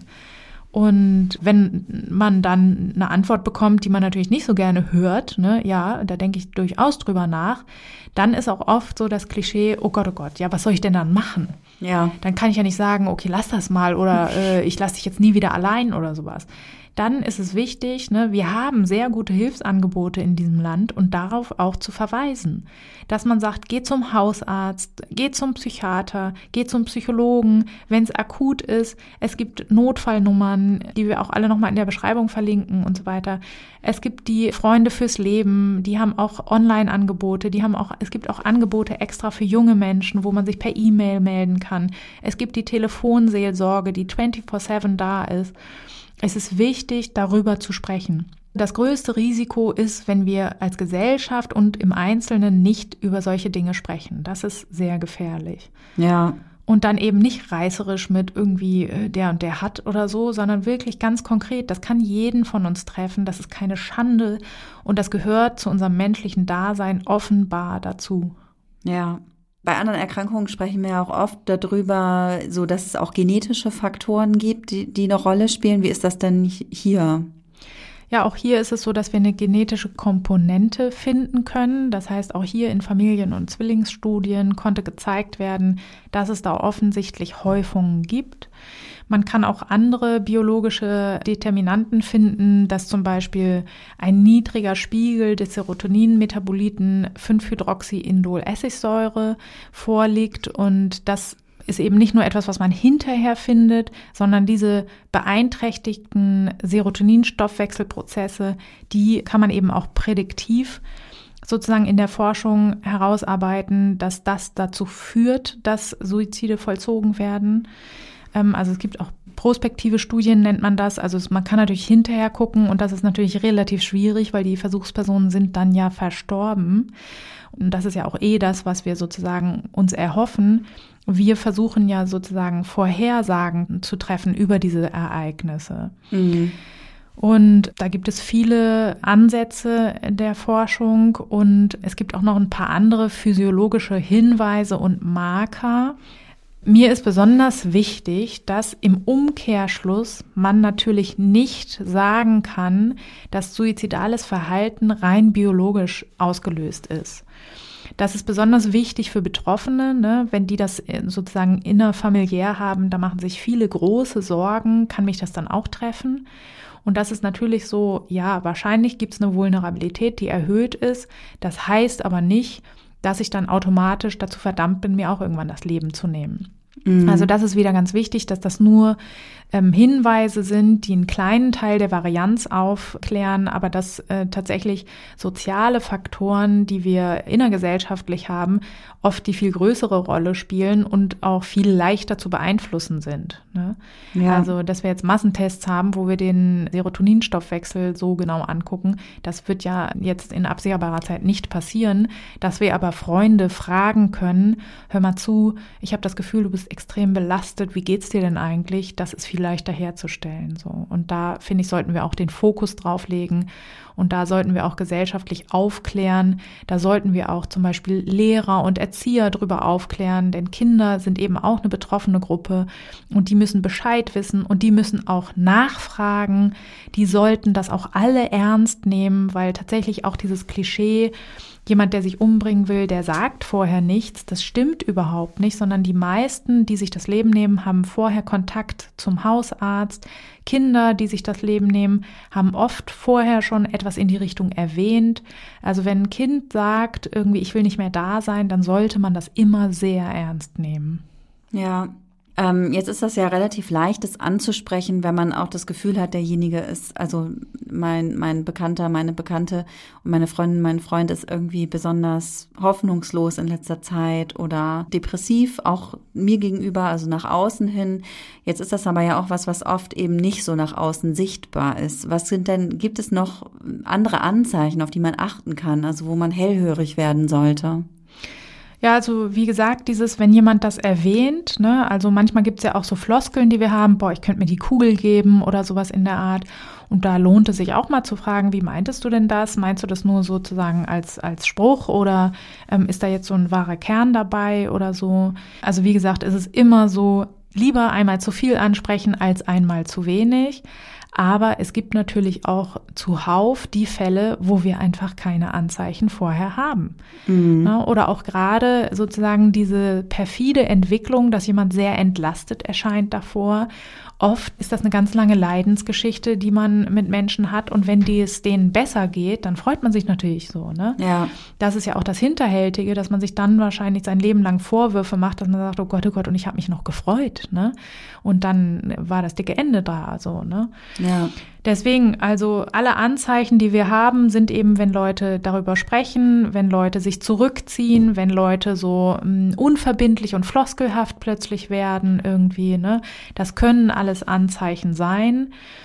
Und wenn man dann eine Antwort bekommt, die man natürlich nicht so gerne hört, ne, ja, da denke ich durchaus drüber nach, dann ist auch oft so das Klischee, oh Gott, oh Gott, ja, was soll ich denn dann machen? Ja. Dann kann ich ja nicht sagen, okay, lass das mal oder äh, ich lasse dich jetzt nie wieder allein oder sowas. Dann ist es wichtig, ne, wir haben sehr gute Hilfsangebote in diesem Land und darauf auch zu verweisen. Dass man sagt, geh zum Hausarzt, geh zum Psychiater, geh zum Psychologen, wenn es akut ist. Es gibt Notfallnummern, die wir auch alle nochmal in der Beschreibung verlinken und so weiter. Es gibt die Freunde fürs Leben, die haben auch Online-Angebote, die haben auch, es gibt auch Angebote extra für junge Menschen, wo man sich per E-Mail melden kann. Es gibt die Telefonseelsorge, die vierundzwanzig sieben da ist. Es ist wichtig, darüber zu sprechen. Das größte Risiko ist, wenn wir als Gesellschaft und im Einzelnen nicht über solche Dinge sprechen. Das ist sehr gefährlich. Ja. Und dann eben nicht reißerisch mit irgendwie der und der hat oder so, sondern wirklich ganz konkret. Das kann jeden von uns treffen. Das ist keine Schande und das gehört zu unserem menschlichen Dasein offenbar dazu. Ja. Bei anderen Erkrankungen sprechen wir ja auch oft darüber, so dass es auch genetische Faktoren gibt, die, die eine Rolle spielen. Wie ist das denn hier? Ja, auch hier ist es so, dass wir eine genetische Komponente finden können. Das heißt, auch hier in Familien- und Zwillingsstudien konnte gezeigt werden, dass es da offensichtlich Häufungen gibt. Man kann auch andere biologische Determinanten finden, dass zum Beispiel ein niedriger Spiegel des Serotonin-Metaboliten fünf Hydroxyindol-Essigsäure vorliegt. Und das ist eben nicht nur etwas, was man hinterher findet, sondern diese beeinträchtigten Serotoninstoffwechselprozesse, die kann man eben auch prädiktiv sozusagen in der Forschung herausarbeiten, dass das dazu führt, dass Suizide vollzogen werden. Also es gibt auch prospektive Studien, nennt man das. Also man kann natürlich hinterher gucken und das ist natürlich relativ schwierig, weil die Versuchspersonen sind dann ja verstorben. Und das ist ja auch eh das, was wir sozusagen uns erhoffen. Wir versuchen ja sozusagen Vorhersagen zu treffen über diese Ereignisse. Mhm. Und da gibt es viele Ansätze der Forschung und es gibt auch noch ein paar andere physiologische Hinweise und Marker. Mir ist besonders wichtig, dass im Umkehrschluss man natürlich nicht sagen kann, dass suizidales Verhalten rein biologisch ausgelöst ist. Das ist besonders wichtig für Betroffene, ne? Wenn die das sozusagen innerfamiliär haben, da machen sich viele große Sorgen, kann mich das dann auch treffen? Und das ist natürlich so, ja, wahrscheinlich gibt es eine Vulnerabilität, die erhöht ist. Das heißt aber nicht, dass ich dann automatisch dazu verdammt bin, mir auch irgendwann das Leben zu nehmen. Mhm. Also das ist wieder ganz wichtig, dass das nur ähm, Hinweise sind, die einen kleinen Teil der Varianz aufklären, aber dass äh, tatsächlich soziale Faktoren, die wir innergesellschaftlich haben, oft die viel größere Rolle spielen und auch viel leichter zu beeinflussen sind. Ne? Ja. Also, dass wir jetzt Massentests haben, wo wir den Serotoninstoffwechsel so genau angucken, das wird ja jetzt in absehbarer Zeit nicht passieren, dass wir aber Freunde fragen können, hör mal zu, ich habe das Gefühl, du bist extrem belastet, wie geht's dir denn eigentlich? Das ist viel leichter herzustellen. So. Und da, finde ich, sollten wir auch den Fokus drauf legen Und da sollten wir auch gesellschaftlich aufklären. Da sollten wir auch zum Beispiel Lehrer und Erzieher drüber aufklären, denn Kinder sind eben auch eine betroffene Gruppe und die müssen Bescheid wissen und die müssen auch nachfragen. Die sollten das auch alle ernst nehmen, weil tatsächlich auch dieses Klischee, jemand, der sich umbringen will, der sagt vorher nichts, das stimmt überhaupt nicht, sondern die meisten, die sich das Leben nehmen, haben vorher Kontakt zum Hausarzt. Kinder, die sich das Leben nehmen, haben oft vorher schon etwas in die Richtung erwähnt. Also wenn ein Kind sagt, irgendwie, ich will nicht mehr da sein, dann sollte man das immer sehr ernst nehmen. Ja. Ähm, jetzt ist das ja relativ leicht, das anzusprechen, wenn man auch das Gefühl hat, derjenige ist, also mein, mein Bekannter, meine Bekannte und meine Freundin, mein Freund ist irgendwie besonders hoffnungslos in letzter Zeit oder depressiv, auch mir gegenüber, also nach außen hin. Jetzt ist das aber ja auch was, was oft eben nicht so nach außen sichtbar ist. Was sind denn, gibt es noch andere Anzeichen, auf die man achten kann, also wo man hellhörig werden sollte? Ja, also wie gesagt, dieses, wenn jemand das erwähnt, ne, also manchmal gibt's ja auch so Floskeln, die wir haben, boah, ich könnte mir die Kugel geben oder sowas in der Art. Und da lohnt es sich auch mal zu fragen, wie meintest du denn das? Meinst du das nur sozusagen als als Spruch oder ähm, ist da jetzt so ein wahrer Kern dabei oder so? Also wie gesagt, ist es immer so, lieber einmal zu viel ansprechen als einmal zu wenig. Aber es gibt natürlich auch zuhauf die Fälle, wo wir einfach keine Anzeichen vorher haben. Mhm. Oder auch gerade sozusagen diese perfide Entwicklung, dass jemand sehr entlastet erscheint davor. Oft ist das eine ganz lange Leidensgeschichte, die man mit Menschen hat. Und wenn es denen besser geht, dann freut man sich natürlich so. Ne? Ja. Das ist ja auch das Hinterhältige, dass man sich dann wahrscheinlich sein Leben lang Vorwürfe macht, dass man sagt, oh Gott, oh Gott, und ich habe mich noch gefreut. Ne? Und dann war das dicke Ende da. So, ne? Ja. Deswegen, also alle Anzeichen, die wir haben, sind eben, wenn Leute darüber sprechen, wenn Leute sich zurückziehen, wenn Leute so mh, unverbindlich und floskelhaft plötzlich werden irgendwie, ne? Das können alles Anzeichen sein.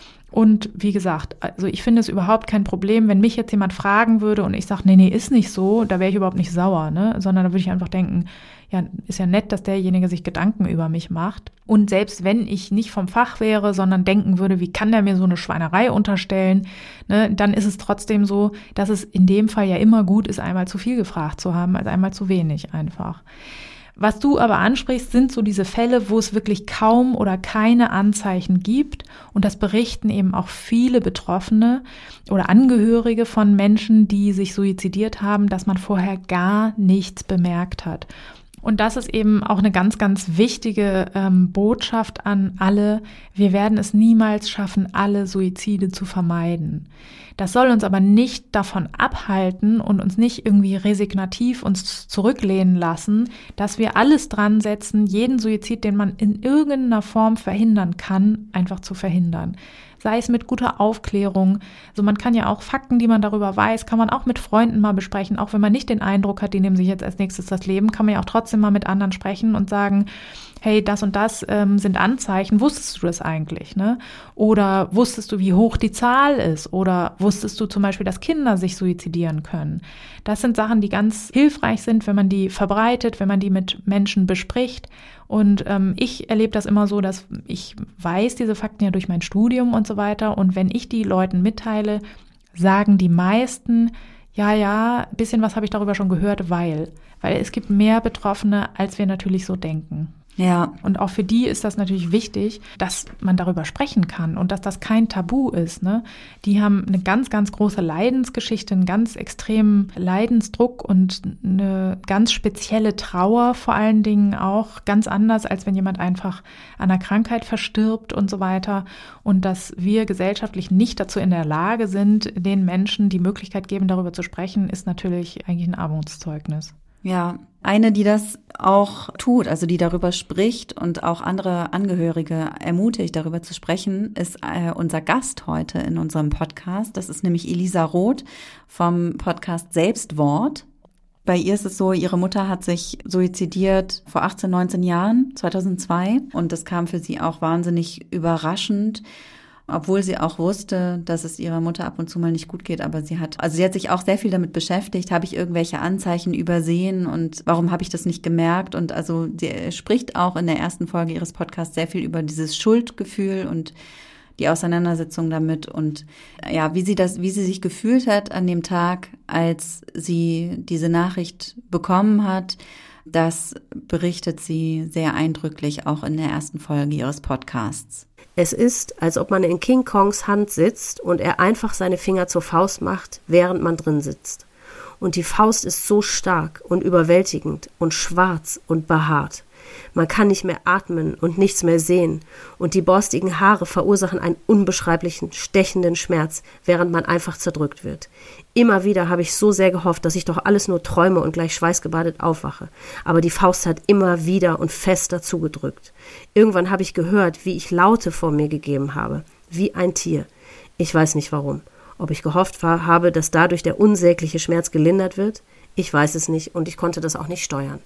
Und wie gesagt, also ich finde es überhaupt kein Problem, wenn mich jetzt jemand fragen würde und ich sage, nee, nee, ist nicht so, da wäre ich überhaupt nicht sauer, ne? Sondern da würde ich einfach denken, ja, ist ja nett, dass derjenige sich Gedanken über mich macht. Und selbst wenn ich nicht vom Fach wäre, sondern denken würde, wie kann der mir so eine Schweinerei unterstellen, ne, dann ist es trotzdem so, dass es in dem Fall ja immer gut ist, einmal zu viel gefragt zu haben, als einmal zu wenig einfach. Was du aber ansprichst, sind so diese Fälle, wo es wirklich kaum oder keine Anzeichen gibt. Und das berichten eben auch viele Betroffene oder Angehörige von Menschen, die sich suizidiert haben, dass man vorher gar nichts bemerkt hat. Und das ist eben auch eine ganz, ganz wichtige ähm, Botschaft an alle. Wir werden es niemals schaffen, alle Suizide zu vermeiden. Das soll uns aber nicht davon abhalten und uns nicht irgendwie resignativ uns zurücklehnen lassen, dass wir alles dran setzen, jeden Suizid, den man in irgendeiner Form verhindern kann, einfach zu verhindern. Sei es mit guter Aufklärung. Also man kann ja auch Fakten, die man darüber weiß, kann man auch mit Freunden mal besprechen. Auch wenn man nicht den Eindruck hat, die nehmen sich jetzt als nächstes das Leben, kann man ja auch trotzdem mal mit anderen sprechen und sagen, hey, das und das ähm, sind Anzeichen. Wusstest du das eigentlich? Ne? Oder wusstest du, wie hoch die Zahl ist? Oder wusstest du zum Beispiel, dass Kinder sich suizidieren können? Das sind Sachen, die ganz hilfreich sind, wenn man die verbreitet, wenn man die mit Menschen bespricht. Und ähm, ich erlebe das immer so, dass ich weiß diese Fakten ja durch mein Studium und so weiter. Und wenn ich die Leuten mitteile, sagen die meisten, ja, ja, ein bisschen was habe ich darüber schon gehört, weil. Weil es gibt mehr Betroffene, als wir natürlich so denken. Ja. Und auch für die ist das natürlich wichtig, dass man darüber sprechen kann und dass das kein Tabu ist. Ne? Die haben eine ganz, ganz große Leidensgeschichte, einen ganz extremen Leidensdruck und eine ganz spezielle Trauer vor allen Dingen auch. Ganz anders, als wenn jemand einfach an einer Krankheit verstirbt und so weiter. Und dass wir gesellschaftlich nicht dazu in der Lage sind, den Menschen die Möglichkeit geben, darüber zu sprechen, ist natürlich eigentlich ein Armutszeugnis. Ja, eine, die das auch tut, also die darüber spricht und auch andere Angehörige ermutigt, darüber zu sprechen, ist äh, unser Gast heute in unserem Podcast. Das ist nämlich Elisa Roth vom Podcast Selbstwort. Bei ihr ist es so, ihre Mutter hat sich suizidiert vor achtzehn, neunzehn Jahren, zweitausendzwei. Und das kam für sie auch wahnsinnig überraschend. Obwohl sie auch wusste, dass es ihrer Mutter ab und zu mal nicht gut geht, aber sie hat, also sie hat sich auch sehr viel damit beschäftigt, habe ich irgendwelche Anzeichen übersehen und warum habe ich das nicht gemerkt? Und also sie spricht auch in der ersten Folge ihres Podcasts sehr viel über dieses Schuldgefühl und die Auseinandersetzung damit und ja, wie sie das, wie sie sich gefühlt hat an dem Tag, als sie diese Nachricht bekommen hat. Das berichtet sie sehr eindrücklich auch in der ersten Folge ihres Podcasts. Es ist, als ob man in King Kongs Hand sitzt und er einfach seine Finger zur Faust macht, während man drin sitzt. Und die Faust ist so stark und überwältigend und schwarz und behaart. Man kann nicht mehr atmen und nichts mehr sehen und die borstigen Haare verursachen einen unbeschreiblichen, stechenden Schmerz, während man einfach zerdrückt wird. Immer wieder habe ich so sehr gehofft, dass ich doch alles nur träume und gleich schweißgebadet aufwache. Aber die Faust hat immer wieder und fester zugedrückt. Irgendwann habe ich gehört, wie ich Laute vor mir gegeben habe, wie ein Tier. Ich weiß nicht warum. Ob ich gehofft war, habe, dass dadurch der unsägliche Schmerz gelindert wird? Ich weiß es nicht und ich konnte das auch nicht steuern.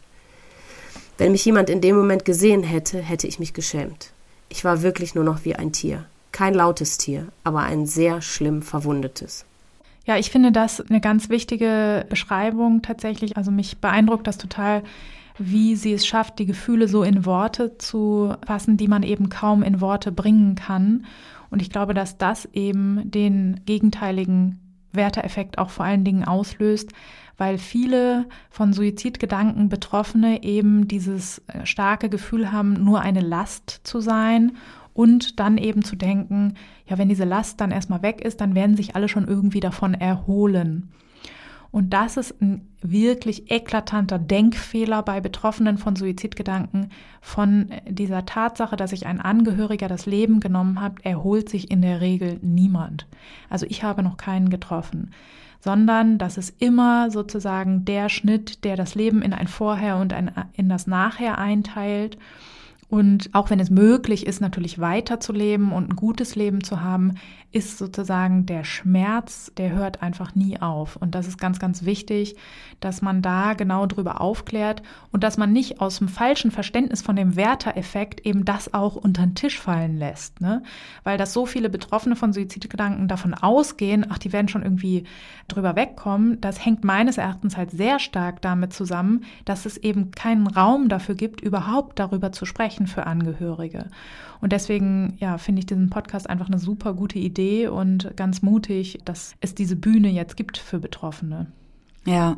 Wenn mich jemand in dem Moment gesehen hätte, hätte ich mich geschämt. Ich war wirklich nur noch wie ein Tier. Kein lautes Tier, aber ein sehr schlimm verwundetes. Ja, ich finde das eine ganz wichtige Beschreibung tatsächlich. Also mich beeindruckt das total, wie sie es schafft, die Gefühle so in Worte zu fassen, die man eben kaum in Worte bringen kann. Und ich glaube, dass das eben den gegenteiligen Werteeffekt auch vor allen Dingen auslöst, weil viele von Suizidgedanken Betroffene eben dieses starke Gefühl haben, nur eine Last zu sein und dann eben zu denken, ja, wenn diese Last dann erstmal weg ist, dann werden sich alle schon irgendwie davon erholen. Und das ist ein wirklich eklatanter Denkfehler bei Betroffenen von Suizidgedanken. Von dieser Tatsache, dass sich ein Angehöriger das Leben genommen hat, erholt sich in der Regel niemand. Also ich habe noch keinen getroffen, sondern das ist immer sozusagen der Schnitt, der das Leben in ein Vorher und ein, in das Nachher einteilt. Und auch wenn es möglich ist, natürlich weiterzuleben und ein gutes Leben zu haben, ist sozusagen der Schmerz, der hört einfach nie auf. Und das ist ganz, ganz wichtig, dass man da genau drüber aufklärt und dass man nicht aus dem falschen Verständnis von dem Werter-Effekt eben das auch unter den Tisch fallen lässt, ne? Weil dass so viele Betroffene von Suizidgedanken davon ausgehen, ach, die werden schon irgendwie drüber wegkommen, das hängt meines Erachtens halt sehr stark damit zusammen, dass es eben keinen Raum dafür gibt, überhaupt darüber zu sprechen für Angehörige. Und deswegen, ja, finde ich diesen Podcast einfach eine super gute Idee und ganz mutig, dass es diese Bühne jetzt gibt für Betroffene. Ja.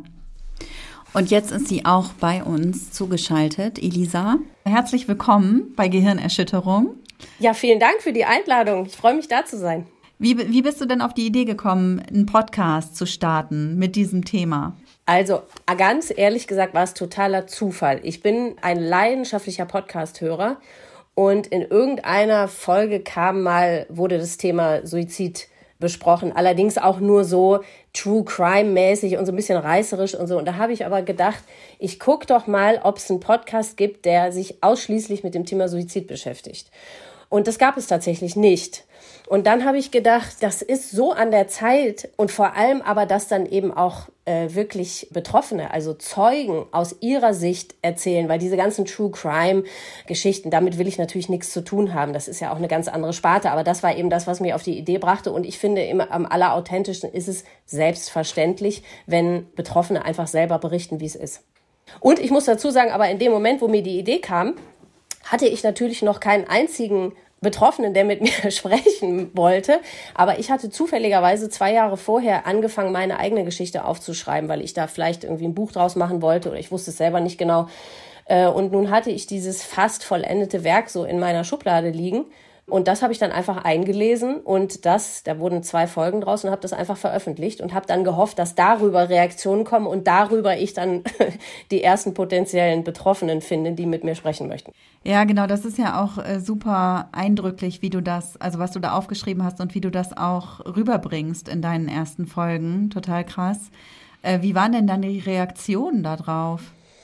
Und jetzt ist sie auch bei uns zugeschaltet. Elisa, herzlich willkommen bei Gehirnerschütterung. Ja, vielen Dank für die Einladung. Ich freue mich, da zu sein. Wie, wie bist du denn auf die Idee gekommen, einen Podcast zu starten mit diesem Thema? Also ganz ehrlich gesagt war es totaler Zufall. Ich bin ein leidenschaftlicher Podcast-Hörer und in irgendeiner Folge kam mal, wurde das Thema Suizid besprochen, allerdings auch nur so True Crime-mäßig und so ein bisschen reißerisch und so. Und da habe ich aber gedacht, ich gucke doch mal, ob es einen Podcast gibt, der sich ausschließlich mit dem Thema Suizid beschäftigt. Und das gab es tatsächlich nicht. Und dann habe ich gedacht, das ist so an der Zeit und vor allem aber, dass dann eben auch äh, wirklich Betroffene, also Zeugen aus ihrer Sicht erzählen, weil diese ganzen True-Crime-Geschichten, damit will ich natürlich nichts zu tun haben. Das ist ja auch eine ganz andere Sparte, aber das war eben das, was mir auf die Idee brachte. Und ich finde, immer am allerauthentischsten ist es selbstverständlich, wenn Betroffene einfach selber berichten, wie es ist. Und ich muss dazu sagen, aber in dem Moment, wo mir die Idee kam, hatte ich natürlich noch keinen einzigen Betroffenen, der mit mir sprechen wollte. Aber ich hatte zufälligerweise zwei Jahre vorher angefangen, meine eigene Geschichte aufzuschreiben, weil ich da vielleicht irgendwie ein Buch draus machen wollte oder ich wusste es selber nicht genau. Und nun hatte ich dieses fast vollendete Werk so in meiner Schublade liegen. Und das habe ich dann einfach eingelesen und das, da wurden zwei Folgen draus und habe das einfach veröffentlicht und habe dann gehofft, dass darüber Reaktionen kommen und darüber ich dann die ersten potenziellen Betroffenen finde, die mit mir sprechen möchten. Ja, genau, das ist ja auch äh, super eindrücklich, wie du das, also was du da aufgeschrieben hast und wie du das auch rüberbringst in deinen ersten Folgen. Total krass. Äh, wie waren denn dann die Reaktionen da drauf?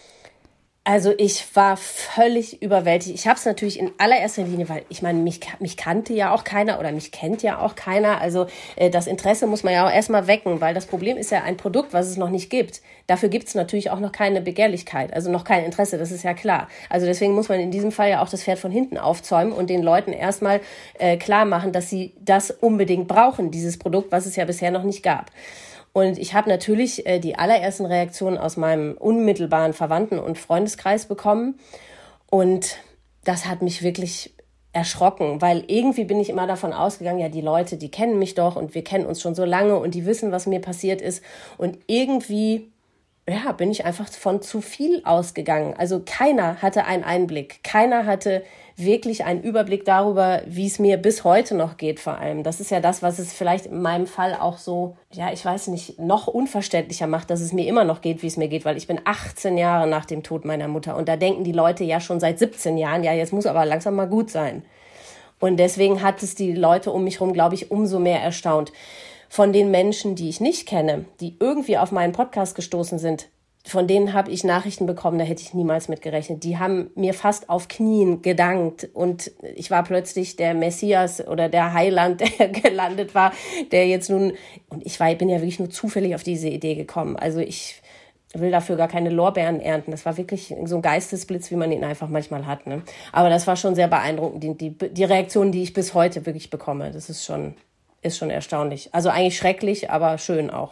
Also ich war völlig überwältigt. Ich habe es natürlich in allererster Linie, weil ich meine, mich, mich kannte ja auch keiner oder mich kennt ja auch keiner. Also äh, das Interesse muss man ja auch erstmal wecken, weil das Problem ist ja ein Produkt, was es noch nicht gibt. Dafür gibt es natürlich auch noch keine Begehrlichkeit, also noch kein Interesse, das ist ja klar. Also deswegen muss man in diesem Fall ja auch das Pferd von hinten aufzäumen und den Leuten erstmal äh, klar machen, dass sie das unbedingt brauchen, dieses Produkt, was es ja bisher noch nicht gab. Und ich habe natürlich äh, die allerersten Reaktionen aus meinem unmittelbaren Verwandten- und Freundeskreis bekommen. Und das hat mich wirklich erschrocken, weil irgendwie bin ich immer davon ausgegangen, ja, die Leute, die kennen mich doch und wir kennen uns schon so lange und die wissen, was mir passiert ist. Und irgendwie, ja, bin ich einfach von zu viel ausgegangen. Also keiner hatte einen Einblick, keiner hatte wirklich einen Überblick darüber, wie es mir bis heute noch geht vor allem. Das ist ja das, was es vielleicht in meinem Fall auch so, ja, ich weiß nicht, noch unverständlicher macht, dass es mir immer noch geht, wie es mir geht, weil ich bin achtzehn Jahre nach dem Tod meiner Mutter und da denken die Leute ja schon seit siebzehn Jahren, ja, jetzt muss aber langsam mal gut sein. Und deswegen hat es die Leute um mich herum, glaube ich, umso mehr erstaunt. Von den Menschen, die ich nicht kenne, die irgendwie auf meinen Podcast gestoßen sind, von denen habe ich Nachrichten bekommen, da hätte ich niemals mit gerechnet. Die haben mir fast auf Knien gedankt und ich war plötzlich der Messias oder der Heiland, der gelandet war, der jetzt nun, und ich war, bin ja wirklich nur zufällig auf diese Idee gekommen. Also ich will dafür gar keine Lorbeeren ernten. Das war wirklich so ein Geistesblitz, wie man ihn einfach manchmal hat. Ne? Aber das war schon sehr beeindruckend, die, die, die Reaktion, die ich bis heute wirklich bekomme. Das ist schon, ist schon erstaunlich. Also eigentlich schrecklich, aber schön auch.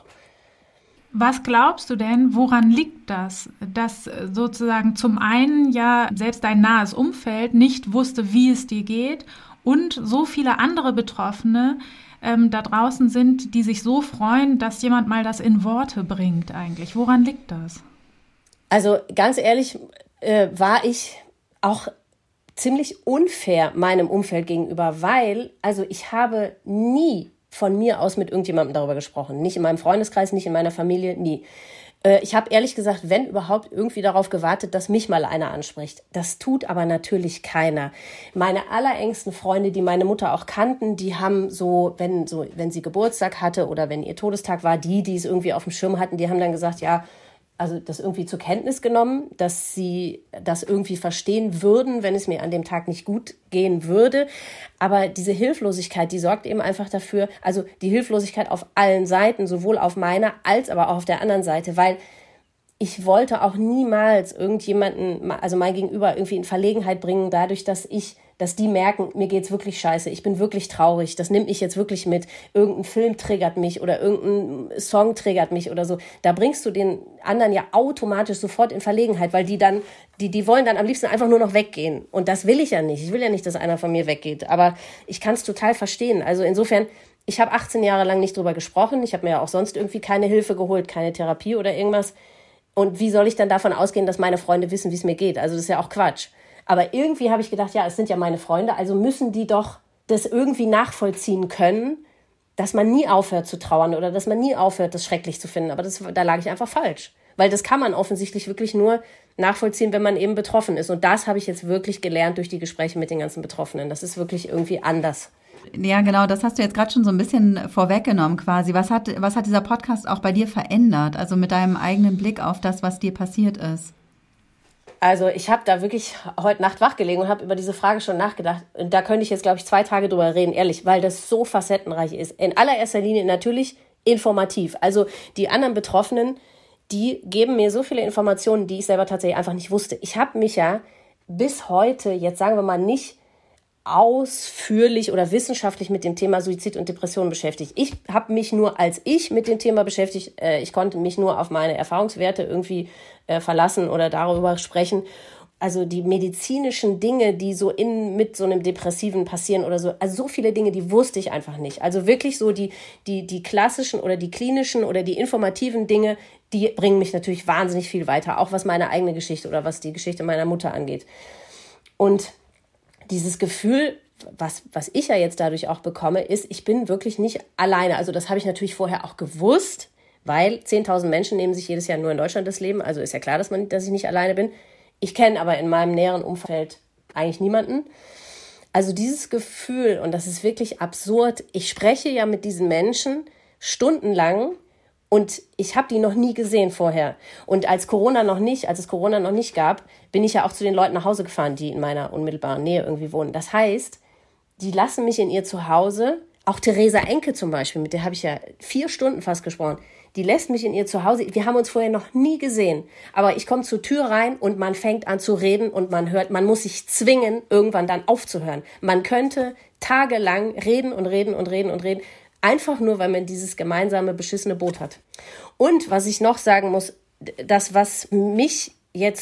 Was glaubst du denn, woran liegt das, dass sozusagen zum einen ja selbst dein nahes Umfeld nicht wusste, wie es dir geht und so viele andere Betroffene ähm, da draußen sind, die sich so freuen, dass jemand mal das in Worte bringt eigentlich? Woran liegt das? Also ganz ehrlich äh, war ich auch ziemlich unfair meinem Umfeld gegenüber, weil also ich habe nie von mir aus mit irgendjemandem darüber gesprochen. Nicht in meinem Freundeskreis, nicht in meiner Familie, nie. Äh, ich habe ehrlich gesagt, wenn überhaupt, irgendwie darauf gewartet, dass mich mal einer anspricht. Das tut aber natürlich keiner. Meine allerengsten Freunde, die meine Mutter auch kannten, die haben so, wenn, so, wenn sie Geburtstag hatte oder wenn ihr Todestag war, die, die es irgendwie auf dem Schirm hatten, die haben dann gesagt, ja, also das irgendwie zur Kenntnis genommen, dass sie das irgendwie verstehen würden, wenn es mir an dem Tag nicht gut gehen würde. Aber diese Hilflosigkeit, die sorgt eben einfach dafür, also die Hilflosigkeit auf allen Seiten, sowohl auf meiner als aber auch auf der anderen Seite, weil ich wollte auch niemals irgendjemanden, also mein Gegenüber irgendwie in Verlegenheit bringen, dadurch, dass ich, dass die merken, mir geht's wirklich scheiße, ich bin wirklich traurig, das nimmt mich jetzt wirklich mit, irgendein Film triggert mich oder irgendein Song triggert mich oder so. Da bringst du den anderen ja automatisch sofort in Verlegenheit, weil die dann, die, die wollen dann am liebsten einfach nur noch weggehen. Und das will ich ja nicht. Ich will ja nicht, dass einer von mir weggeht. Aber ich kann es total verstehen. Also insofern, ich habe achtzehn Jahre lang nicht drüber gesprochen. Ich habe mir ja auch sonst irgendwie keine Hilfe geholt, keine Therapie oder irgendwas. Und wie soll ich dann davon ausgehen, dass meine Freunde wissen, wie es mir geht? Also das ist ja auch Quatsch. Aber irgendwie habe ich gedacht, ja, es sind ja meine Freunde, also müssen die doch das irgendwie nachvollziehen können, dass man nie aufhört zu trauern oder dass man nie aufhört, das schrecklich zu finden. Aber das, da lag ich einfach falsch. Weil das kann man offensichtlich wirklich nur nachvollziehen, wenn man eben betroffen ist. Und das habe ich jetzt wirklich gelernt durch die Gespräche mit den ganzen Betroffenen. Das ist wirklich irgendwie anders. Ja, genau, das hast du jetzt gerade schon so ein bisschen vorweggenommen quasi. Was hat, was hat dieser Podcast auch bei dir verändert? Also mit deinem eigenen Blick auf das, was dir passiert ist? Also ich habe da wirklich heute Nacht wach gelegen und habe über diese Frage schon nachgedacht. Und da könnte ich jetzt, glaube ich, zwei Tage drüber reden, ehrlich, weil das so facettenreich ist. In allererster Linie natürlich informativ. Also die anderen Betroffenen, die geben mir so viele Informationen, die ich selber tatsächlich einfach nicht wusste. Ich habe mich ja bis heute, jetzt sagen wir mal nicht ausführlich oder wissenschaftlich mit dem Thema Suizid und Depression beschäftigt. Ich habe mich nur als ich mit dem Thema beschäftigt. Äh, ich konnte mich nur auf meine Erfahrungswerte irgendwie äh, verlassen oder darüber sprechen. Also die medizinischen Dinge, die so in mit so einem Depressiven passieren oder so, also so viele Dinge, die wusste ich einfach nicht. Also wirklich so die die die klassischen oder die klinischen oder die informativen Dinge, die bringen mich natürlich wahnsinnig viel weiter, auch was meine eigene Geschichte oder was die Geschichte meiner Mutter angeht. Und dieses Gefühl, was, was ich ja jetzt dadurch auch bekomme, ist, ich bin wirklich nicht alleine. Also das habe ich natürlich vorher auch gewusst, weil zehntausend Menschen nehmen sich jedes Jahr nur in Deutschland das Leben. Also ist ja klar, dass, man, dass ich nicht alleine bin. Ich kenne aber in meinem näheren Umfeld eigentlich niemanden. Also dieses Gefühl, und das ist wirklich absurd, ich spreche ja mit diesen Menschen stundenlang und ich habe die noch nie gesehen vorher. Und als Corona noch nicht, als es Corona noch nicht gab, bin ich ja auch zu den Leuten nach Hause gefahren, die in meiner unmittelbaren Nähe irgendwie wohnen. Das heißt, die lassen mich in ihr Zuhause, auch Theresa Enke zum Beispiel, mit der habe ich ja vier Stunden fast gesprochen, die lässt mich in ihr Zuhause. Wir haben uns vorher noch nie gesehen, aber ich komme zur Tür rein und man fängt an zu reden und man hört, man muss sich zwingen, irgendwann dann aufzuhören. Man könnte tagelang reden und reden und reden und reden, einfach nur, weil man dieses gemeinsame beschissene Boot hat. Und was ich noch sagen muss, das, was mich jetzt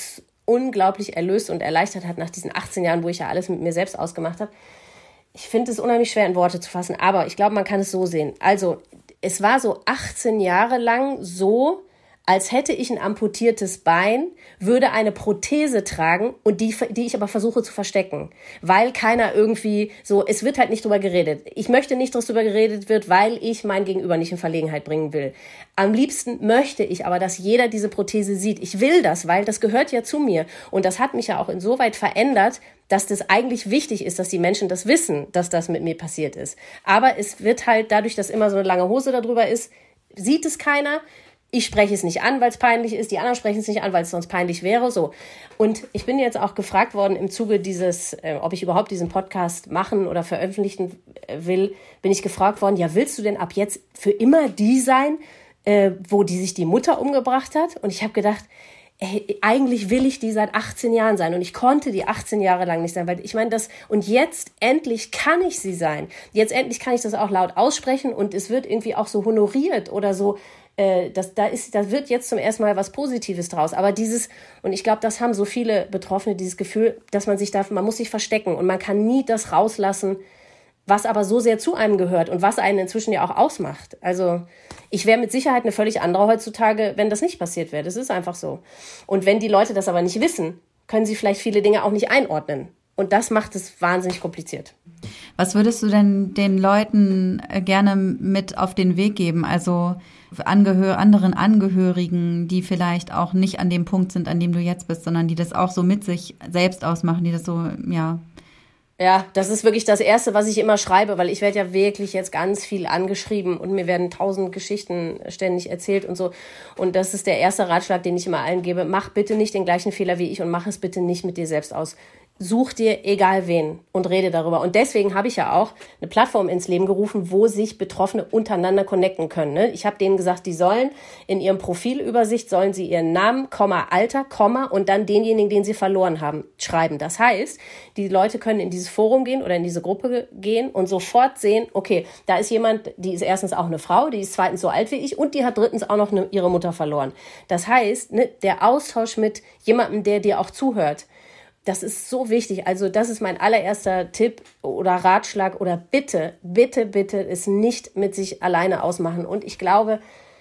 unglaublich erlöst und erleichtert hat nach diesen achtzehn Jahren, wo ich ja alles mit mir selbst ausgemacht habe. Ich finde es unheimlich schwer in Worte zu fassen, aber ich glaube, man kann es so sehen. Also es war so achtzehn Jahre lang so, als hätte ich ein amputiertes Bein, würde eine Prothese tragen und die, die ich aber versuche zu verstecken, weil keiner irgendwie so, es wird halt nicht drüber geredet. Ich möchte nicht, dass drüber geredet wird, weil ich mein Gegenüber nicht in Verlegenheit bringen will. Am liebsten möchte ich aber, dass jeder diese Prothese sieht. Ich will das, weil das gehört ja zu mir und das hat mich ja auch insoweit verändert, dass das eigentlich wichtig ist, dass die Menschen das wissen, dass das mit mir passiert ist. Aber es wird halt dadurch, dass immer so eine lange Hose darüber ist, sieht es keiner. Ich spreche es nicht an, weil es peinlich ist. Die anderen sprechen es nicht an, weil es sonst peinlich wäre. So. Und ich bin jetzt auch gefragt worden im Zuge dieses, äh, ob ich überhaupt diesen Podcast machen oder veröffentlichen will, bin ich gefragt worden, ja, willst du denn ab jetzt für immer die sein, äh, wo die sich die Mutter umgebracht hat? Und ich habe gedacht, ey, eigentlich will ich die seit achtzehn Jahren sein und ich konnte die achtzehn Jahre lang nicht sein, weil ich meine das, und jetzt endlich kann ich sie sein. Jetzt endlich kann ich das auch laut aussprechen und es wird irgendwie auch so honoriert oder so. Das, da ist, da wird jetzt zum ersten Mal was Positives draus. Aber dieses, und ich glaube, das haben so viele Betroffene, dieses Gefühl, dass man sich darf, man muss sich verstecken und man kann nie das rauslassen, was aber so sehr zu einem gehört und was einen inzwischen ja auch ausmacht. Also ich wäre mit Sicherheit eine völlig andere heutzutage, wenn das nicht passiert wäre. Das ist einfach so. Und wenn die Leute das aber nicht wissen, können sie vielleicht viele Dinge auch nicht einordnen. Und das macht es wahnsinnig kompliziert. Was würdest du denn den Leuten gerne mit auf den Weg geben? Also Angehör- anderen Angehörigen, die vielleicht auch nicht an dem Punkt sind, an dem du jetzt bist, sondern die das auch so mit sich selbst ausmachen, die das so, ja... Ja, das ist wirklich das Erste, was ich immer schreibe, weil ich werde ja wirklich jetzt ganz viel angeschrieben und mir werden tausend Geschichten ständig erzählt und so. Und das ist der erste Ratschlag, den ich immer allen gebe. Mach bitte nicht den gleichen Fehler wie ich und mach es bitte nicht mit dir selbst aus. Such dir egal wen und rede darüber. Und deswegen habe ich ja auch eine Plattform ins Leben gerufen, wo sich Betroffene untereinander connecten können. Ne? Ich habe denen gesagt, die sollen in ihrem Profilübersicht, sollen sie ihren Namen, Komma, Alter, Komma und dann denjenigen, den sie verloren haben, schreiben. Das heißt, die Leute können in dieses Forum gehen oder in diese Gruppe gehen und sofort sehen, okay, da ist jemand, die ist erstens auch eine Frau, die ist zweitens so alt wie ich und die hat drittens auch noch eine, ihre Mutter verloren. Das heißt, ne, der Austausch mit jemandem, der dir auch zuhört, das ist so wichtig. Also das ist mein allererster Tipp oder Ratschlag oder bitte, bitte, bitte es nicht mit sich alleine ausmachen. Und ich glaube,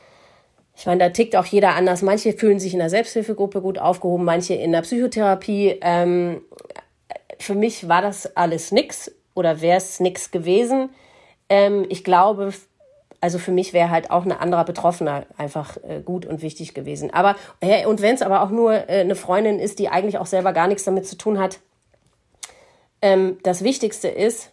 ich meine, da tickt auch jeder anders. Manche fühlen sich in der Selbsthilfegruppe gut aufgehoben, manche in der Psychotherapie. Ähm, für mich war das alles nix oder wäre es nix gewesen. Ähm, ich glaube, also für mich wäre halt auch ein anderer Betroffener einfach äh, gut und wichtig gewesen. Aber äh, und wenn es aber auch nur äh, eine Freundin ist, die eigentlich auch selber gar nichts damit zu tun hat, ähm, das Wichtigste ist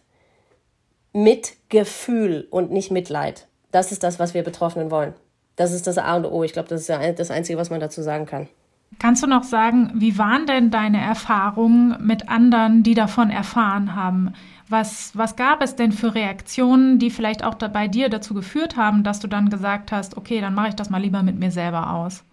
mit Gefühl und nicht Mitleid. Das ist das, was wir Betroffenen wollen. Das ist das A und O. Ich glaube, das ist ja das Einzige, was man dazu sagen kann. Kannst du noch sagen, wie waren denn deine Erfahrungen mit anderen, die davon erfahren haben? Was, was gab es denn für Reaktionen, die vielleicht auch da bei dir dazu geführt haben, dass du dann gesagt hast, okay, dann mache ich das mal lieber mit mir selber aus?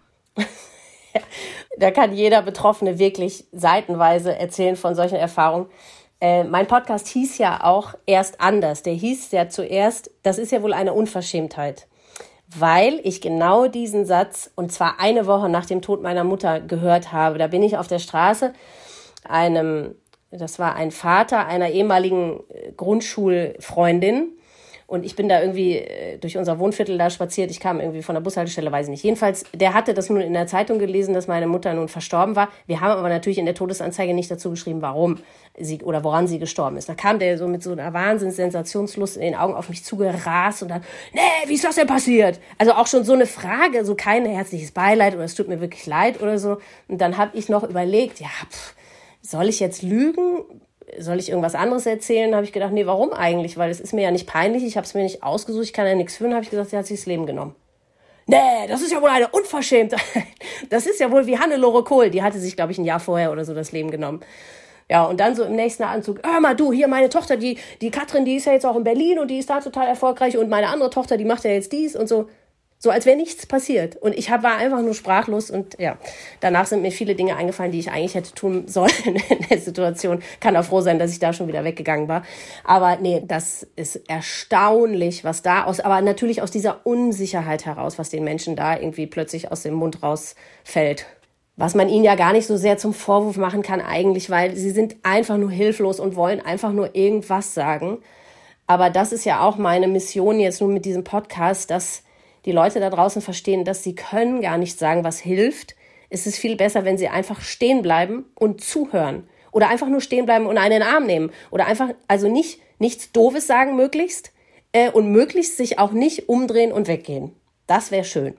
Da kann jeder Betroffene wirklich seitenweise erzählen von solchen Erfahrungen. Äh, mein Podcast hieß ja auch erst anders. Der hieß ja zuerst, das ist ja wohl eine Unverschämtheit. Weil ich genau diesen Satz, und zwar eine Woche nach dem Tod meiner Mutter, gehört habe. Da bin ich auf der Straße einem, das war ein Vater einer ehemaligen Grundschulfreundin, und ich bin da irgendwie durch unser Wohnviertel da spaziert. Ich kam irgendwie von der Bushaltestelle, weiß ich nicht. Jedenfalls, der hatte das nun in der Zeitung gelesen, dass meine Mutter nun verstorben war. Wir haben aber natürlich in der Todesanzeige nicht dazu geschrieben, warum sie oder woran sie gestorben ist. Da kam der so mit so einer Wahnsinns-Sensationslust in den Augen auf mich zugerast und dann, nee, wie ist das denn passiert? Also auch schon so eine Frage, so kein herzliches Beileid oder es tut mir wirklich leid oder so. Und dann habe ich noch überlegt, ja, pff, soll ich jetzt lügen? Soll ich irgendwas anderes erzählen? Habe ich gedacht, nee, warum eigentlich? Weil es ist mir ja nicht peinlich, ich habe es mir nicht ausgesucht, ich kann ja nichts führen, habe ich gesagt, sie hat sich das Leben genommen. Nee, das ist ja wohl eine Unverschämtheit. Das ist ja wohl wie Hannelore Kohl, die hatte sich, glaube ich, ein Jahr vorher oder so das Leben genommen. Ja, und dann so im nächsten Anzug, hör mal du, hier meine Tochter, die, die Katrin, die ist ja jetzt auch in Berlin und die ist da total erfolgreich und meine andere Tochter, die macht ja jetzt dies und so. So als wäre nichts passiert. Und ich hab, war einfach nur sprachlos und ja, danach sind mir viele Dinge eingefallen, die ich eigentlich hätte tun sollen in der Situation. Kann auch froh sein, dass ich da schon wieder weggegangen war. Aber nee, das ist erstaunlich, was da aus, aber natürlich aus dieser Unsicherheit heraus, was den Menschen da irgendwie plötzlich aus dem Mund rausfällt. Was man ihnen ja gar nicht so sehr zum Vorwurf machen kann eigentlich, weil sie sind einfach nur hilflos und wollen einfach nur irgendwas sagen. Aber das ist ja auch meine Mission jetzt nur mit diesem Podcast, dass die Leute da draußen verstehen, dass sie können gar nicht sagen, was hilft. Es ist viel besser, wenn sie einfach stehen bleiben und zuhören. Oder einfach nur stehen bleiben und einen in den Arm nehmen. Oder einfach, also nicht nichts Doofes sagen möglichst äh, und möglichst sich auch nicht umdrehen und weggehen. Das wäre schön.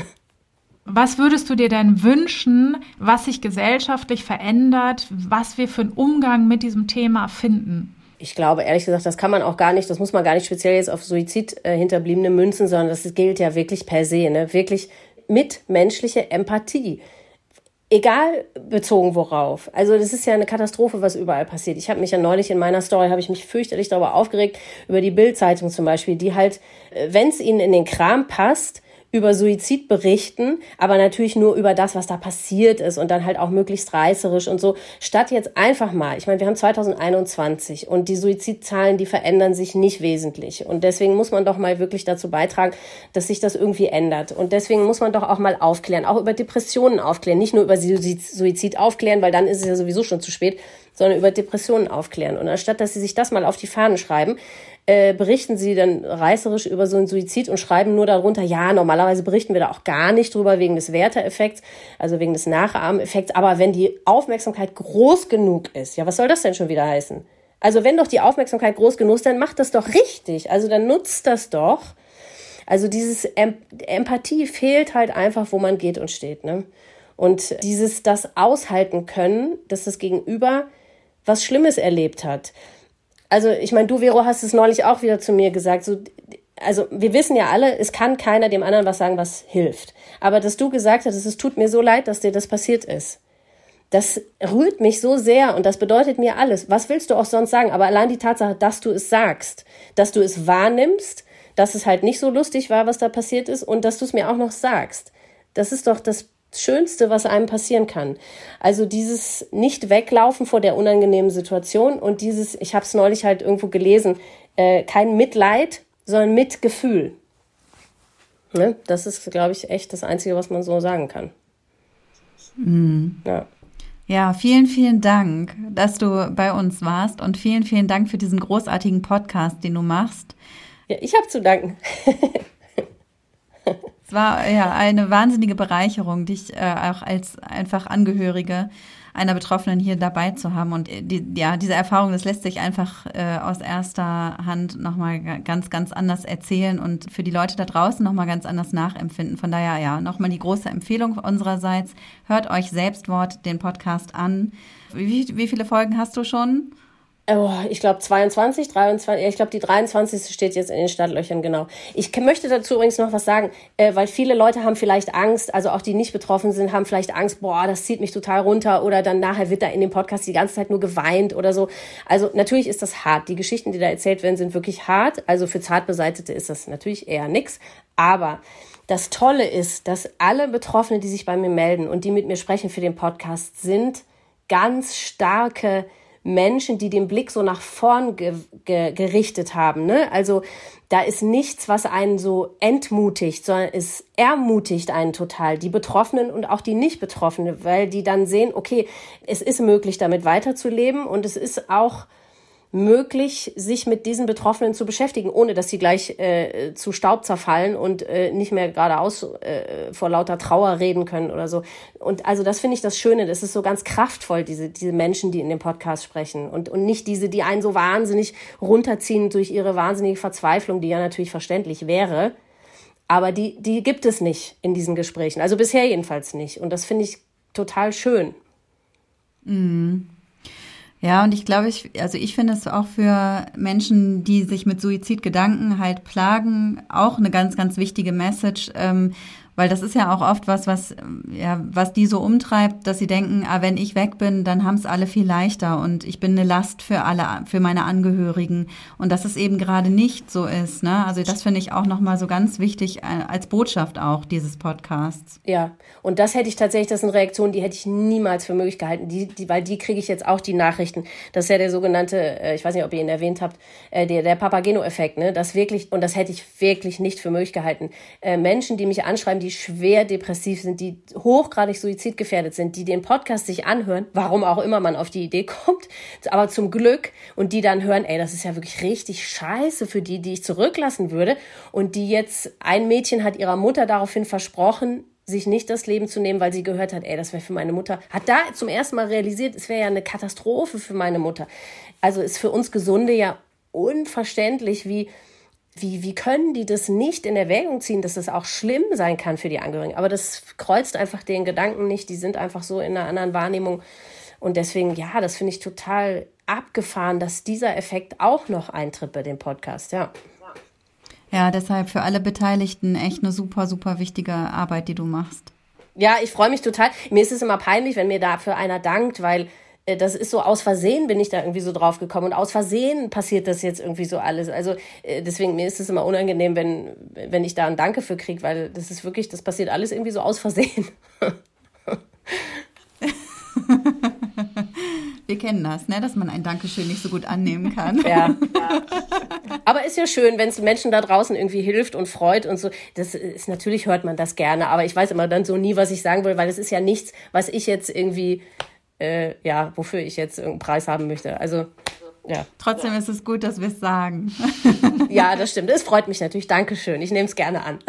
Was würdest du dir denn wünschen, was sich gesellschaftlich verändert, was wir für einen Umgang mit diesem Thema finden? Ich glaube, ehrlich gesagt, das kann man auch gar nicht, das muss man gar nicht speziell jetzt auf Suizid-Hinterbliebene äh, münzen, sondern das gilt ja wirklich per se, ne? Wirklich mit menschlicher Empathie. Egal bezogen worauf. Also das ist ja eine Katastrophe, was überall passiert. Ich habe mich ja neulich in meiner Story, habe ich mich fürchterlich darüber aufgeregt, über die Bild-Zeitung zum Beispiel, die halt, wenn es ihnen in den Kram passt, über Suizid berichten, aber natürlich nur über das, was da passiert ist und dann halt auch möglichst reißerisch und so, statt jetzt einfach mal, ich meine, wir haben zwanzig einundzwanzig und die Suizidzahlen, die verändern sich nicht wesentlich und deswegen muss man doch mal wirklich dazu beitragen, dass sich das irgendwie ändert und deswegen muss man doch auch mal aufklären, auch über Depressionen aufklären, nicht nur über Suizid aufklären, weil dann ist es ja sowieso schon zu spät, sondern über Depressionen aufklären und anstatt, dass sie sich das mal auf die Fahnen schreiben, Äh, berichten sie dann reißerisch über so einen Suizid und schreiben nur darunter, ja, normalerweise berichten wir da auch gar nicht drüber wegen des Werther-Effekts, also wegen des Nachahmeffekts, aber wenn die Aufmerksamkeit groß genug ist, ja, was soll das denn schon wieder heißen? Also wenn doch die Aufmerksamkeit groß genug ist, dann macht das doch richtig, also dann nutzt das doch. Also dieses em- Empathie fehlt halt einfach, wo man geht und steht, ne? Und dieses, das aushalten können, dass das Gegenüber was Schlimmes erlebt hat. Also ich meine, du, Vero, hast es neulich auch wieder zu mir gesagt, so, also wir wissen ja alle, es kann keiner dem anderen was sagen, was hilft. Aber dass du gesagt hast, es tut mir so leid, dass dir das passiert ist, das rührt mich so sehr und das bedeutet mir alles. Was willst du auch sonst sagen? Aber allein die Tatsache, dass du es sagst, dass du es wahrnimmst, dass es halt nicht so lustig war, was da passiert ist und dass du es mir auch noch sagst, das ist doch das Schönste, was einem passieren kann. Also dieses Nicht-Weglaufen vor der unangenehmen Situation und dieses, ich habe es neulich halt irgendwo gelesen, äh, kein Mitleid, sondern Mitgefühl. Ne? Das ist, glaube ich, echt das Einzige, was man so sagen kann. Mhm. Ja. Ja, vielen, vielen Dank, dass du bei uns warst und vielen, vielen Dank für diesen großartigen Podcast, den du machst. Ja, ich habe zu danken. Es war ja eine wahnsinnige Bereicherung, dich äh, auch als einfach Angehörige einer Betroffenen hier dabei zu haben. Und die, ja, diese Erfahrung, das lässt sich einfach äh, aus erster Hand nochmal ganz, ganz anders erzählen und für die Leute da draußen nochmal ganz anders nachempfinden. Von daher, ja, nochmal die große Empfehlung unsererseits. Hört euch Selbstwort den Podcast an. Wie, wie viele Folgen hast du schon? Oh, ich glaube zweiundzwanzig, dreiundzwanzig, ich glaube die dreiundzwanzigste steht jetzt in den Startlöchern, genau. Ich möchte dazu übrigens noch was sagen, äh, weil viele Leute haben vielleicht Angst, also auch die nicht betroffen sind, haben vielleicht Angst, boah, das zieht mich total runter oder dann nachher wird da in dem Podcast die ganze Zeit nur geweint oder so. Also natürlich ist das hart. Die Geschichten, die da erzählt werden, sind wirklich hart. Also für Zartbeseitete ist das natürlich eher nix. Aber das Tolle ist, dass alle Betroffenen, die sich bei mir melden und die mit mir sprechen für den Podcast, sind ganz starke Menschen, die den Blick so nach vorn ge- ge- gerichtet haben, ne? Also da ist nichts, was einen so entmutigt, sondern es ermutigt einen total, die Betroffenen und auch die Nicht-Betroffenen, weil die dann sehen, okay, es ist möglich, damit weiterzuleben und es ist auch möglich, sich mit diesen Betroffenen zu beschäftigen, ohne dass sie gleich äh, zu Staub zerfallen und äh, nicht mehr geradeaus äh, vor lauter Trauer reden können oder so. Und also das finde ich das Schöne, das ist so ganz kraftvoll, diese diese Menschen, die in dem Podcast sprechen und und nicht diese, die einen so wahnsinnig runterziehen durch ihre wahnsinnige Verzweiflung, die ja natürlich verständlich wäre, aber die die gibt es nicht in diesen Gesprächen, also bisher jedenfalls nicht und das finde ich total schön. Mhm. Ja, und ich glaube, ich, also ich finde es auch für Menschen, die sich mit Suizidgedanken halt plagen, auch eine ganz, ganz wichtige Message, ähm, weil das ist ja auch oft was, was, ja, was die so umtreibt, dass sie denken, ah, wenn ich weg bin, dann haben es alle viel leichter und ich bin eine Last für alle, für meine Angehörigen und dass es eben gerade nicht so ist, ne? Also das finde ich auch nochmal so ganz wichtig als Botschaft auch dieses Podcasts. Ja, und das hätte ich tatsächlich, das sind Reaktionen, die hätte ich niemals für möglich gehalten, die, die, weil die kriege ich jetzt auch die Nachrichten. Das ist ja der sogenannte, ich weiß nicht, ob ihr ihn erwähnt habt, der, der Papageno-Effekt, ne? Das wirklich, und das hätte ich wirklich nicht für möglich gehalten. Menschen, die mich anschreiben, die schwer depressiv sind, die hochgradig suizidgefährdet sind, die den Podcast sich anhören, warum auch immer man auf die Idee kommt, aber zum Glück, und die dann hören, ey, das ist ja wirklich richtig scheiße für die, die ich zurücklassen würde, und die jetzt, ein Mädchen hat ihrer Mutter daraufhin versprochen, sich nicht das Leben zu nehmen, weil sie gehört hat, ey, das wäre für meine Mutter, hat da zum ersten Mal realisiert, es wäre ja eine Katastrophe für meine Mutter. Also ist für uns Gesunde ja unverständlich, wie Wie, wie können die das nicht in Erwägung ziehen, dass das auch schlimm sein kann für die Angehörigen? Aber das kreuzt einfach den Gedanken nicht. Die sind einfach so in einer anderen Wahrnehmung. Und deswegen, ja, das finde ich total abgefahren, dass dieser Effekt auch noch eintritt bei dem Podcast, ja. Ja, deshalb für alle Beteiligten echt eine super, super wichtige Arbeit, die du machst. Ja, ich freue mich total. Mir ist es immer peinlich, wenn mir dafür einer dankt, weil das ist so, aus Versehen bin ich da irgendwie so drauf gekommen und aus Versehen passiert das jetzt irgendwie so alles. Also deswegen, mir ist es immer unangenehm, wenn, wenn ich da ein Danke für kriege, weil das ist wirklich, das passiert alles irgendwie so aus Versehen. Wir kennen das, ne, dass man ein Dankeschön nicht so gut annehmen kann. Ja. Aber ist ja schön, wenn es Menschen da draußen irgendwie hilft und freut und so. Das ist, natürlich hört man das gerne, aber ich weiß immer dann so nie, was ich sagen will, weil es ist ja nichts, was ich jetzt irgendwie Äh, ja, wofür ich jetzt irgendeinen Preis haben möchte. Also, ja. Trotzdem ist es gut, dass wir es sagen. Ja, das stimmt. Es freut mich natürlich. Dankeschön. Ich nehme es gerne an.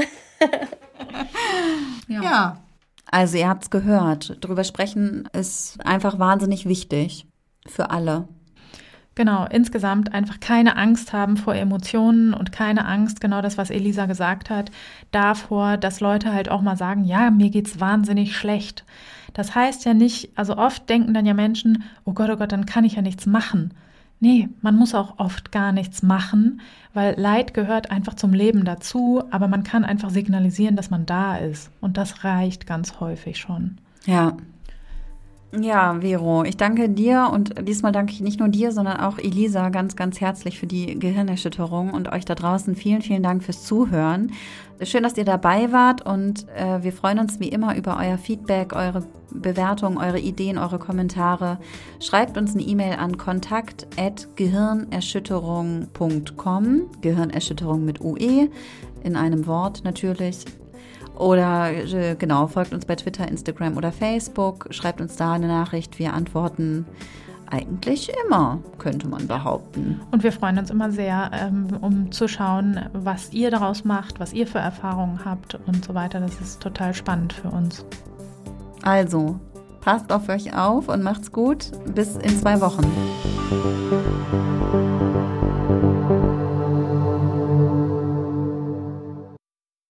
Ja. ja. Also, ihr habt es gehört. Drüber sprechen ist einfach wahnsinnig wichtig für alle. Genau, insgesamt einfach keine Angst haben vor Emotionen und keine Angst, genau das, was Elisa gesagt hat, davor, dass Leute halt auch mal sagen, ja, mir geht's wahnsinnig schlecht. Das heißt ja nicht, also oft denken dann ja Menschen, oh Gott, oh Gott, dann kann ich ja nichts machen. Nee, man muss auch oft gar nichts machen, weil Leid gehört einfach zum Leben dazu, aber man kann einfach signalisieren, dass man da ist. Und das reicht ganz häufig schon. Ja. Ja, Vero, ich danke dir und diesmal danke ich nicht nur dir, sondern auch Elisa ganz, ganz herzlich für die Gehirnerschütterung und euch da draußen vielen, vielen Dank fürs Zuhören. Schön, dass ihr dabei wart und äh, wir freuen uns wie immer über euer Feedback, eure Bewertungen, eure Ideen, eure Kommentare. Schreibt uns eine E-Mail an kontakt at gehirnerschütterung punkt com, Gehirnerschütterung mit U E, in einem Wort natürlich. Oder äh, genau, folgt uns bei Twitter, Instagram oder Facebook, schreibt uns da eine Nachricht, wir antworten eigentlich immer, könnte man behaupten. Und wir freuen uns immer sehr, ähm, um zu schauen, was ihr daraus macht, was ihr für Erfahrungen habt und so weiter. Das ist total spannend für uns. Also, passt auf euch auf und macht's gut. Bis in zwei Wochen.